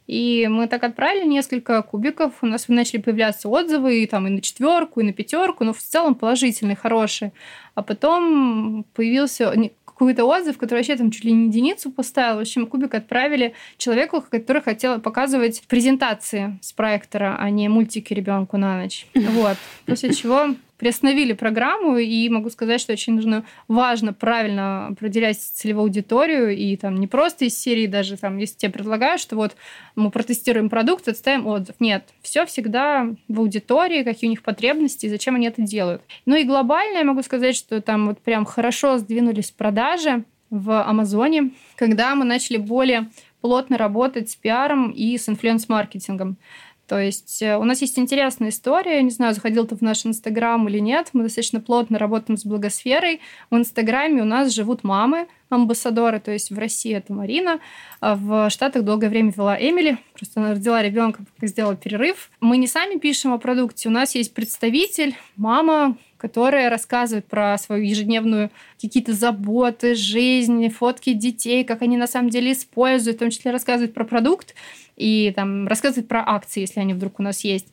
И мы так отправили несколько кубиков, у нас начали появляться отзывы и, там, и на четверку, и на пятерку, но в целом положительные, хорошие. А потом появился какой-то отзыв, который вообще там чуть ли не единицу поставил. В общем, кубик отправили человеку, который хотел показывать презентации с проектора, а не мультики ребенку на ночь. Вот. После чего приостановили программу, и могу сказать, что очень нужно, важно правильно определять целевую аудиторию, и там не просто из серии даже, там, если тебе предлагают, что вот мы протестируем продукт, отставим отзыв. Нет, все всегда в аудитории, какие у них потребности, и зачем они это делают. Ну и глобально я могу сказать, что там вот прям хорошо сдвинулись продажи в Амазоне, когда мы начали более плотно работать с пиаром и с инфлюенс-маркетингом. То есть у нас есть интересная история, я не знаю, заходил ты в наш Инстаграм или нет, мы достаточно плотно работаем с блогосферой. В Инстаграме у нас живут мамы, амбассадоры, то есть в России это Марина, а в Штатах долгое время вела Эмили, просто она родила ребенка, пока сделала перерыв. Мы не сами пишем о продукте, у нас есть представитель, мама, которая рассказывает про свою ежедневную какие-то заботы, жизнь, фотки детей, как они на самом деле используют, в том числе рассказывает про продукт и там рассказывает про акции, если они вдруг у нас есть.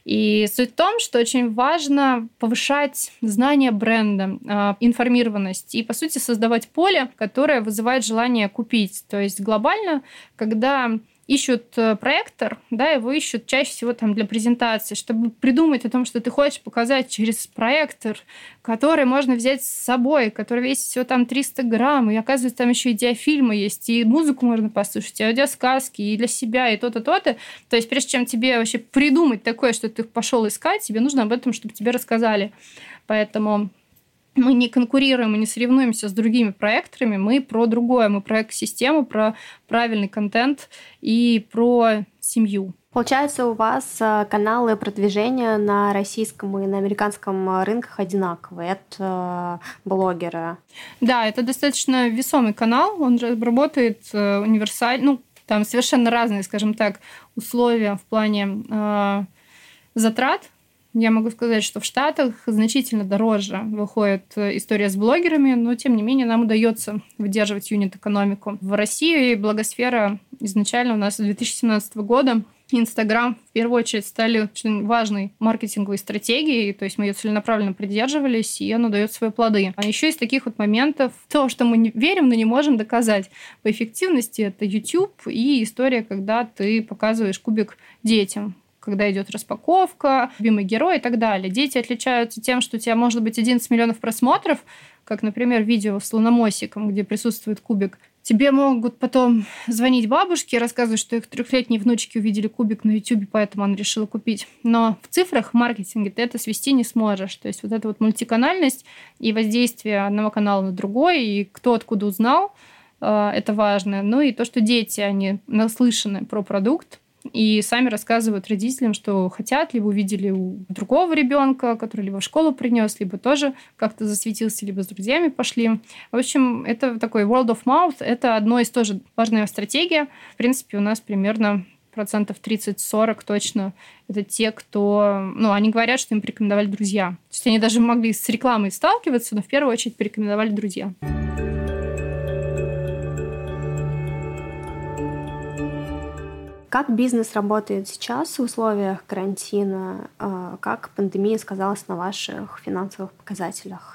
И суть в том, что очень важно повышать знание бренда, информированность и, по сути, создавать поле, которое вызывает желание купить. То есть глобально, когда ищут проектор, да, его ищут чаще всего там для презентации, чтобы придумать о том, что ты хочешь показать через проектор, который можно взять с собой, который весит всего там триста грамм, и оказывается, там еще и диафильмы есть, и музыку можно послушать, и аудиосказки, и для себя, и то-то, то-то. То есть прежде чем тебе вообще придумать такое, что ты пошел искать, тебе нужно об этом, чтобы тебе рассказали. Поэтому мы не конкурируем и не соревнуемся с другими проекторами, мы про другое, мы про экосистему, про правильный контент и про семью. Получается, у вас каналы продвижения на российском и на американском рынках одинаковые от блогера? Да, это достаточно весомый канал, он же работает универсально, ну, там совершенно разные, скажем так, условия в плане э, затрат. Я могу сказать, что в Штатах значительно дороже выходит история с блогерами, но, тем не менее, нам удается выдерживать юнит-экономику. В России блогосфера изначально у нас с две тысячи семнадцатого года Инстаграм в первую очередь стали очень важной маркетинговой стратегией, то есть мы ее целенаправленно придерживались, и она дает свои плоды. А еще из таких вот моментов, то, что мы не верим, но не можем доказать по эффективности, это YouTube и история, когда ты показываешь кубик детям, когда идет распаковка, любимый герой и так далее. Дети отличаются тем, что у тебя может быть одиннадцать миллионов просмотров, как, например, видео с луномосиком, где присутствует кубик, Тебе могут потом звонить бабушки и рассказывать, что их трехлетние внучки увидели кубик на YouTube, поэтому она решила купить. Но в цифрах, в маркетинге ты это свести не сможешь. То есть вот эта вот мультиканальность и воздействие одного канала на другой, и кто откуда узнал, это важно. Ну и то, что дети, они наслышаны про продукт, и сами рассказывают родителям, что хотят, либо увидели у другого ребенка, который либо в школу принес, либо тоже как-то засветился, либо с друзьями пошли. В общем, это такой word of mouth, это одно из тоже важная стратегия. В принципе, у нас примерно процентов тридцать-сорок точно это те, кто... Ну, они говорят, что им порекомендовали друзья. То есть они даже могли с рекламой сталкиваться, но в первую очередь порекомендовали друзья. Как бизнес работает сейчас в условиях карантина? Как пандемия сказалась на ваших финансовых показателях?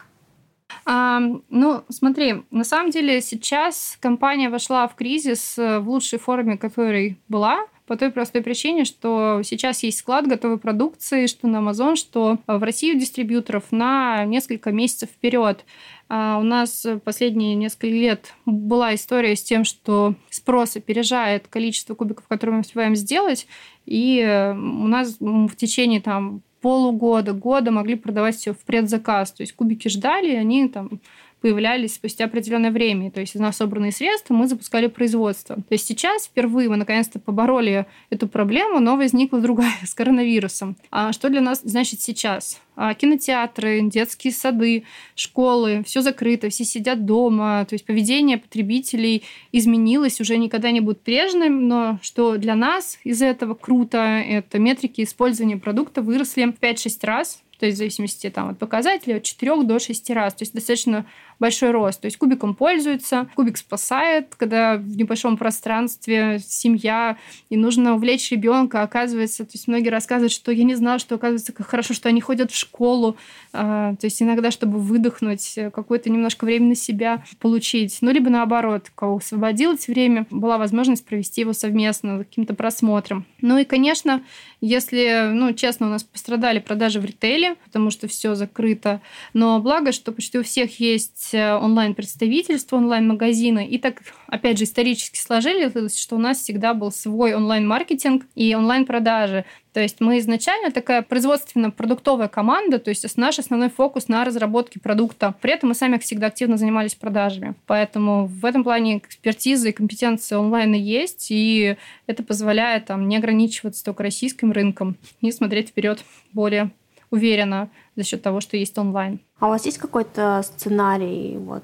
А, ну, смотри, на самом деле сейчас компания вошла в кризис в лучшей форме, которой была, по той простой причине, что сейчас есть склад готовой продукции, что на Amazon, что в России у дистрибьюторов на несколько месяцев вперед. А у нас последние несколько лет была история с тем, что спрос опережает количество кубиков, которые мы успеваем сделать, и у нас в течение там полугода, года могли продавать все в предзаказ. То есть кубики ждали, они там появлялись спустя определенное время. То есть из нас собранные средства мы запускали производство. То есть сейчас впервые мы наконец-то побороли эту проблему, но возникла другая с коронавирусом. А что для нас значит сейчас? Кинотеатры, детские сады, школы, все закрыто, все сидят дома. То есть поведение потребителей изменилось, уже никогда не будет прежним, но что для нас из этого круто, это метрики использования продукта выросли в пять-шесть раз. То есть в зависимости там, от показателей от четырёх до шести раз. То есть достаточно большой рост. То есть кубиком пользуются, кубик спасает, когда в небольшом пространстве семья, и нужно увлечь ребенка. Оказывается, то есть многие рассказывают, что я не знала, что оказывается, как хорошо, что они ходят в школу. То есть иногда, чтобы выдохнуть, какое-то немножко время на себя получить. Ну, либо наоборот, кого освободилось время, была возможность провести его совместно каким-то просмотром. Ну и, конечно, если, ну, честно, у нас пострадали продажи в ритейле, потому что все закрыто. Но благо, что почти у всех есть онлайн-представительство, онлайн-магазины. И так, опять же, исторически сложилось, что у нас всегда был свой онлайн-маркетинг и онлайн-продажи. То есть мы изначально такая производственно-продуктовая команда, то есть наш основной фокус на разработке продукта. При этом мы сами всегда активно занимались продажами. Поэтому в этом плане экспертиза и компетенция онлайна есть, и это позволяет там, не ограничиваться только российским рынком и смотреть вперед более уверенно за счет того, что есть онлайн. А у вас есть какой-то сценарий, вот,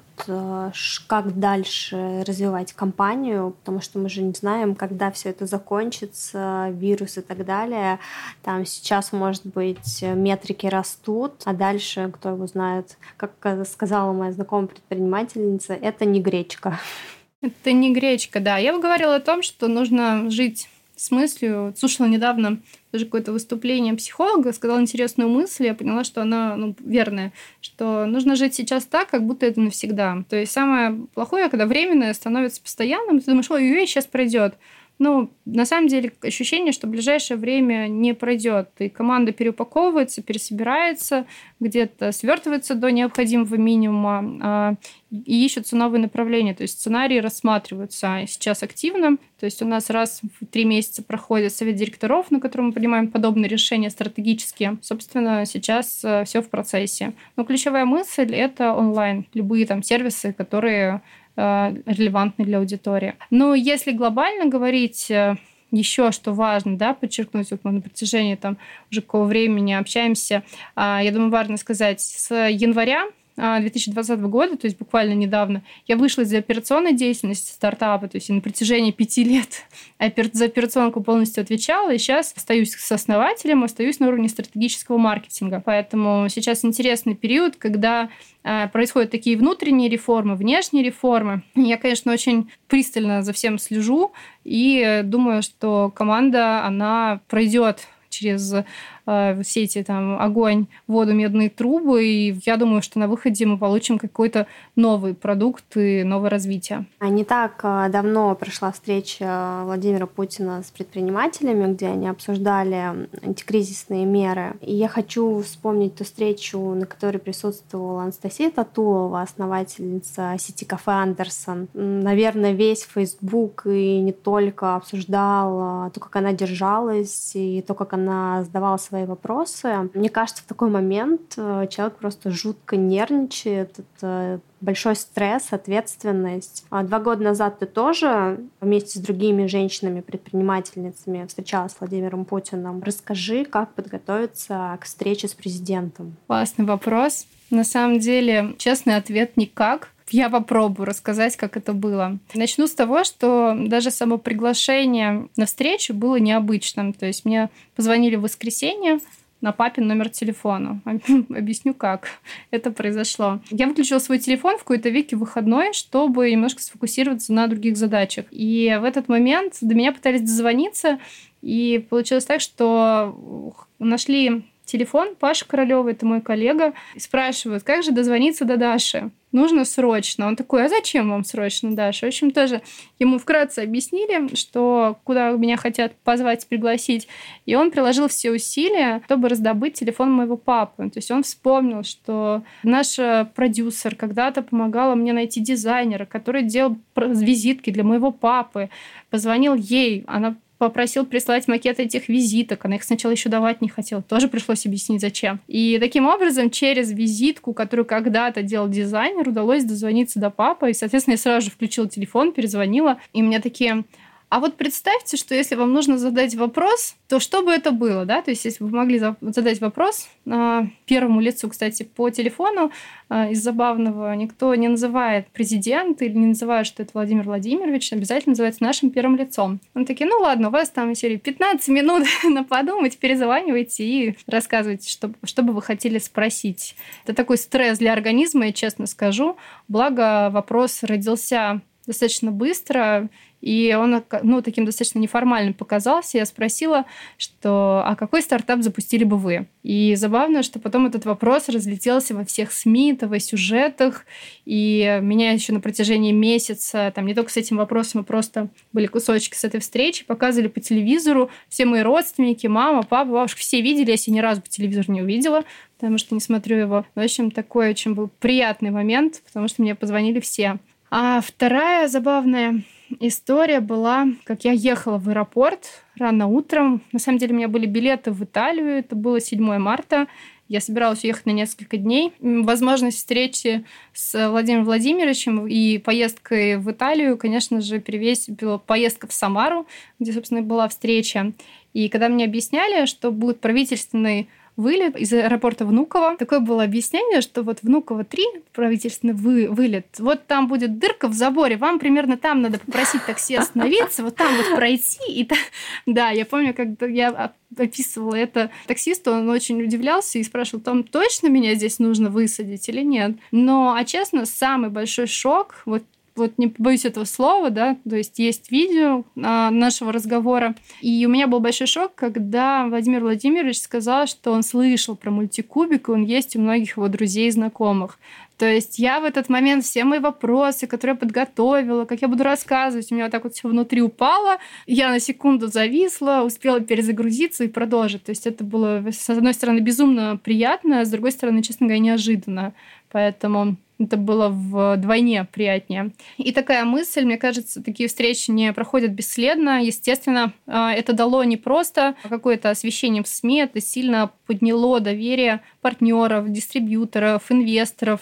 как дальше развивать компанию? Потому что мы же не знаем, когда все это закончится, вирус и так далее. Там сейчас, может быть, метрики растут, а дальше, кто его знает, как сказала моя знакомая предпринимательница, это не гречка. Это не гречка, да. Я бы говорила о том, что нужно жить с мыслью. Слушала недавно даже какое-то выступление психолога, сказала интересную мысль, я поняла, что она ну, верная, что нужно жить сейчас так, как будто это навсегда. То есть самое плохое, когда временное становится постоянным, ты думаешь, ой-ой-ой, сейчас пройдет. Ну, на самом деле, ощущение, что в ближайшее время не пройдет. И команда переупаковывается, пересобирается, где-то свертывается до необходимого минимума и ищутся новые направления. То есть сценарии рассматриваются сейчас активно. То есть у нас раз в три месяца проходит совет директоров, на котором мы принимаем подобные решения стратегические. Собственно, сейчас все в процессе. Но ключевая мысль – это онлайн. Любые там сервисы, которые релевантны для аудитории. Но если глобально говорить, еще что важно, да, подчеркнуть, вот мы на протяжении там уже какого времени общаемся, я думаю, важно сказать, с января две тысячи двадцатого года, то есть буквально недавно, я вышла из операционной деятельности стартапа, то есть на протяжении пяти лет за операционку полностью отвечала, и сейчас остаюсь с основателем, остаюсь на уровне стратегического маркетинга. Поэтому сейчас интересный период, когда происходят такие внутренние реформы, внешние реформы. Я, конечно, очень пристально за всем слежу и думаю, что команда, она пройдет через э, все эти там огонь, воду, медные трубы. И я думаю, что на выходе мы получим какой-то новый продукт и новое развитие. А не так давно прошла встреча Владимира Путина с предпринимателями, где они обсуждали антикризисные меры. И я хочу вспомнить ту встречу, на которой присутствовала Анастасия Татулова, основательница сети кафе «Андерсон». Наверное, весь Facebook и не только обсуждал то, как она держалась, и то, как она задавала свои вопросы. Мне кажется, в такой момент человек просто жутко нервничает. Это большой стресс, ответственность. А два года назад ты тоже вместе с другими женщинами-предпринимательницами встречалась с Владимиром Путиным. Расскажи, как подготовиться к встрече с президентом. Классный вопрос. На самом деле, честный ответ — никак. Я попробую рассказать, как это было. Начну с того, что даже само приглашение на встречу было необычным. То есть мне позвонили в воскресенье на папин номер телефона. Объясню, как это произошло. Я выключила свой телефон в какой-то веке выходной, чтобы немножко сфокусироваться на других задачах. И в этот момент до меня пытались дозвониться, и получилось так, что нашли телефон Паши Королёва, это мой коллега, и спрашивают, как же дозвониться до Даши? Нужно срочно. Он такой, а зачем вам срочно, Даша? В общем, тоже ему вкратце объяснили, что куда меня хотят позвать, пригласить. И он приложил все усилия, чтобы раздобыть телефон моего папы. То есть он вспомнил, что наш продюсер когда-то помогала мне найти дизайнера, который делал визитки для моего папы. Позвонил ей, она попросил прислать макеты этих визиток. Она их сначала еще давать не хотела. Тоже пришлось объяснить, зачем. И таким образом, через визитку, которую когда-то делал дизайнер, удалось дозвониться до папы. И, соответственно, я сразу же включила телефон, перезвонила. И у меня такие... А вот представьте, что если вам нужно задать вопрос, то что бы это было, да? То есть если бы вы могли задать вопрос первому лицу, кстати, по телефону, из забавного, никто не называет президента или не называет, что это Владимир Владимирович, обязательно называется нашим первым лицом. Он такие, ну ладно, у вас там в серии пятнадцать минут на подумать, перезванивайте и рассказывайте, что, что бы вы хотели спросить. Это такой стресс для организма, я честно скажу. Благо, вопрос родился достаточно быстро, и он, ну, таким достаточно неформальным показался. Я спросила, что «А какой стартап запустили бы вы?» И забавно, что потом этот вопрос разлетелся во всех СМИ, ТВ сюжетах, и меня еще на протяжении месяца, там не только с этим вопросом, а просто были кусочки с этой встречи, показывали по телевизору. Все мои родственники, мама, папа, бабушка, все видели, я себя ни разу по телевизору не увидела, потому что не смотрю его. В общем, такой очень был приятный момент, потому что мне позвонили все. А вторая забавная история была, как я ехала в аэропорт рано утром. На самом деле у меня были билеты в Италию, это было седьмое марта. Я собиралась уехать на несколько дней. Возможность встречи с Владимиром Владимировичем и поездкой в Италию, конечно же, перевесила поездка в Самару, где, собственно, была встреча. И когда мне объясняли, что будет правительственный вылет из аэропорта Внуково. Такое было объяснение, что вот Внуково три, правительственный вы, вылет, вот там будет дырка в заборе, вам примерно там надо попросить такси остановиться, вот там вот пройти. И та... Да, я помню, когда я описывала это таксисту, он очень удивлялся и спрашивал, там точно меня здесь нужно высадить или нет? Но, а честно, самый большой шок, вот вот не побоюсь этого слова, да, то есть есть видео а, нашего разговора. И у меня был большой шок, когда Владимир Владимирович сказал, что он слышал про мультикубик, и он есть у многих его друзей и знакомых. То есть я в этот момент все мои вопросы, которые я подготовила, как я буду рассказывать, у меня вот так вот все внутри упало. Я на секунду зависла, успела перезагрузиться и продолжить. То есть это было, с одной стороны, безумно приятно, а с другой стороны, честно говоря, неожиданно. Поэтому это было вдвойне приятнее. И такая мысль, мне кажется, такие встречи не проходят бесследно. Естественно, это дало не просто какое-то освещение в СМИ, это сильно подняло доверие партнеров, дистрибьюторов, инвесторов.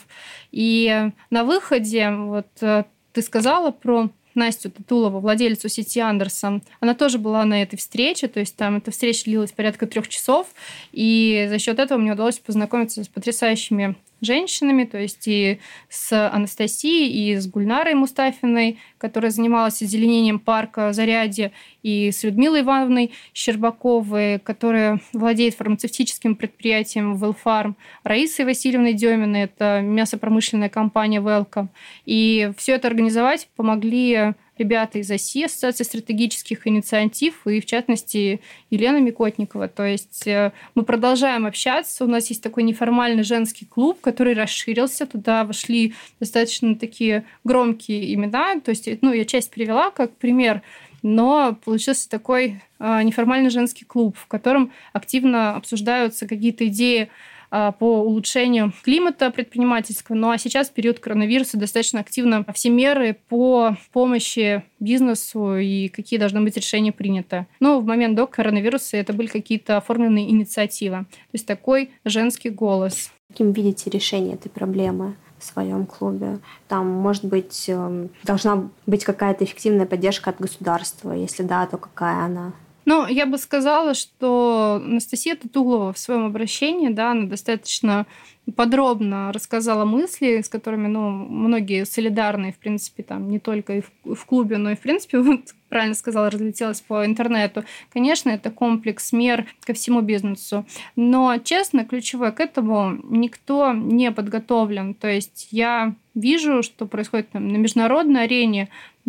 И на выходе, вот ты сказала про Настю Татулову, владелицу сети «Андерсон». Она тоже была на этой встрече, то есть там эта встреча длилась порядка трех часов, и за счет этого мне удалось познакомиться с потрясающими женщинами, то есть и с Анастасией, и с Гульнарой Мустафиной, которая занималась озеленением парка Зарядье, и с Людмилой Ивановной Щербаковой, которая владеет фармацевтическим предприятием «Велфарм», Раисой Васильевной Деминой, это мясопромышленная компания «Велком». И все это организовать помогли ребята из ОСИ, Ассоциации стратегических инициатив, и, в частности, Елена Микотникова. То есть мы продолжаем общаться. У нас есть такой неформальный женский клуб, который расширился. Туда вошли достаточно такие громкие имена. То есть, ну, я часть привела как пример, но получился такой неформальный женский клуб, в котором активно обсуждаются какие-то идеи по улучшению климата предпринимательского. Ну а сейчас, в период коронавируса, достаточно активно все меры по помощи бизнесу и какие должны быть решения приняты. Но в момент до коронавируса это были какие-то оформленные инициативы. То есть такой женский голос. Каким видите решение этой проблемы в своем клубе? Там, может быть, должна быть какая-то эффективная поддержка от государства? Если да, то какая она? Ну, я бы сказала, что Анастасия Татуглова в своем обращении, да, она достаточно подробно рассказала мысли, с которыми, ну, многие солидарны, в принципе, там, не только и в, в клубе, но и, в принципе, вот, правильно сказала, разлетелась по интернету. Конечно, это комплекс мер ко всему бизнесу. Но, честно, ключевое, к этому никто не подготовлен. То есть я вижу, что происходит там на международной арене,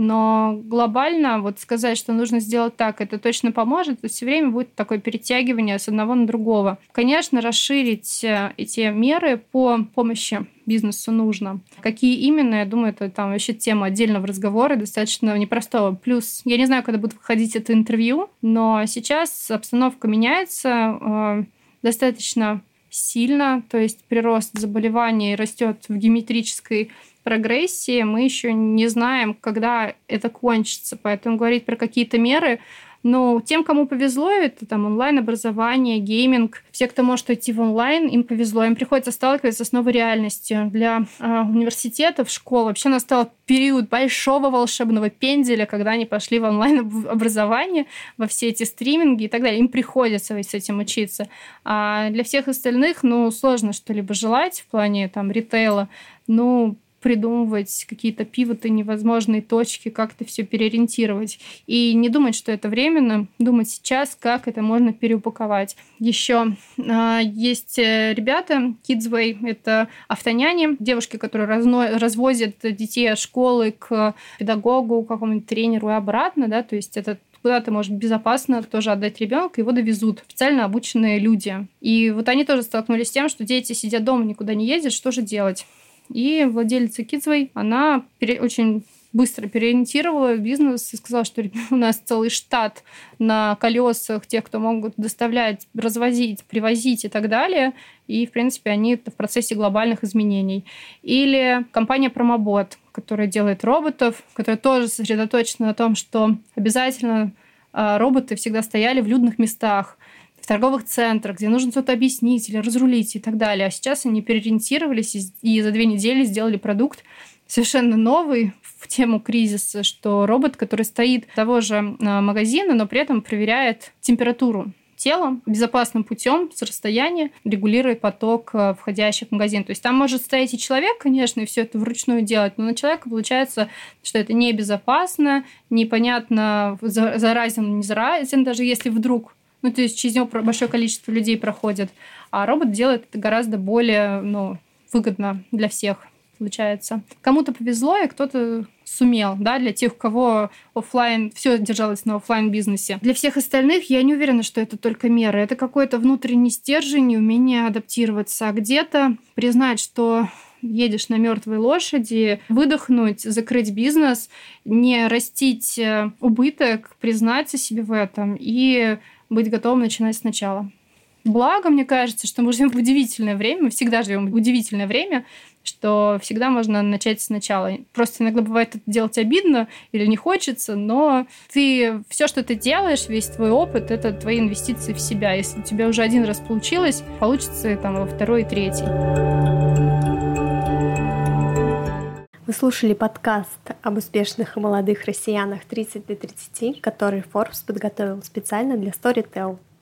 но глобально вот сказать, что нужно сделать так, это точно поможет, то все время будет такое перетягивание с одного на другого. Конечно, расширить эти меры по помощи бизнесу нужно. Какие именно, я думаю, это там вообще тема отдельного разговора, достаточно непростого. Плюс, я не знаю, когда будет выходить это интервью, но сейчас обстановка меняется э, достаточно сильно, то есть прирост заболеваний растет в геометрической прогрессии. Мы еще не знаем, когда это кончится, поэтому говорить про какие-то меры. Но тем, кому повезло, это там онлайн-образование, гейминг, все, кто может идти в онлайн, им повезло, им приходится сталкиваться с новой реальностью. Для э, университетов, школ вообще настал период большого волшебного пенделя, когда они пошли в онлайн-образование, во все эти стриминги и так далее. Им приходится с этим учиться. А для всех остальных, ну, сложно что-либо желать в плане там ритейла. Ну, придумывать какие-то пивоты, невозможные точки, как-то все переориентировать. И не думать, что это временно, думать сейчас, как это можно переупаковать. Еще э, есть ребята, Kidsway, это автоняни, девушки, которые разно- развозят детей от школы к педагогу, к какому-нибудь тренеру и обратно, да, то есть это куда-то может безопасно тоже отдать ребенка, его довезут специально обученные люди. И вот они тоже столкнулись с тем, что дети сидят дома, никуда не ездят, что же делать? И владелица Kidsway, она пере- очень быстро переориентировала бизнес и сказала, что у нас целый штат на колесах тех, кто могут доставлять, развозить, привозить и так далее. И, в принципе, они в процессе глобальных изменений. Или компания Promobot, которая делает роботов, которая тоже сосредоточена на том, что обязательно роботы всегда стояли в людных местах, в торговых центрах, где нужно что-то объяснить или разрулить и так далее. А сейчас они переориентировались и за две недели сделали продукт совершенно новый в тему кризиса, что робот, который стоит того же магазина, но при этом проверяет температуру тела безопасным путем с расстояния, регулирует поток входящих в магазин. То есть там может стоять и человек, конечно, и все это вручную делать, но на человека получается, что это небезопасно, непонятно, заразен, не заразен, даже если вдруг. Ну, то есть через него большое количество людей проходит. А робот делает это гораздо более, ну, выгодно для всех, получается. Кому-то повезло, и кто-то сумел, да, для тех, у кого офлайн, все держалось на офлайн бизнесе. Для всех остальных я не уверена, что это только меры. Это какой-то внутренний стержень, умение адаптироваться. А где-то признать, что едешь на мертвой лошади, выдохнуть, закрыть бизнес, не растить убыток, признаться себе в этом и быть готовым начинать сначала. Благо, мне кажется, что мы живем в удивительное время, мы всегда живем в удивительное время, что всегда можно начать сначала. Просто иногда бывает это делать обидно или не хочется, но ты все, что ты делаешь, весь твой опыт, это твои инвестиции в себя. Если у тебя уже один раз получилось, получится там во второй и третий. Вы слушали подкаст об успешных и молодых россиянах тридцать до тридцати, который Forbes подготовил специально для Storytel.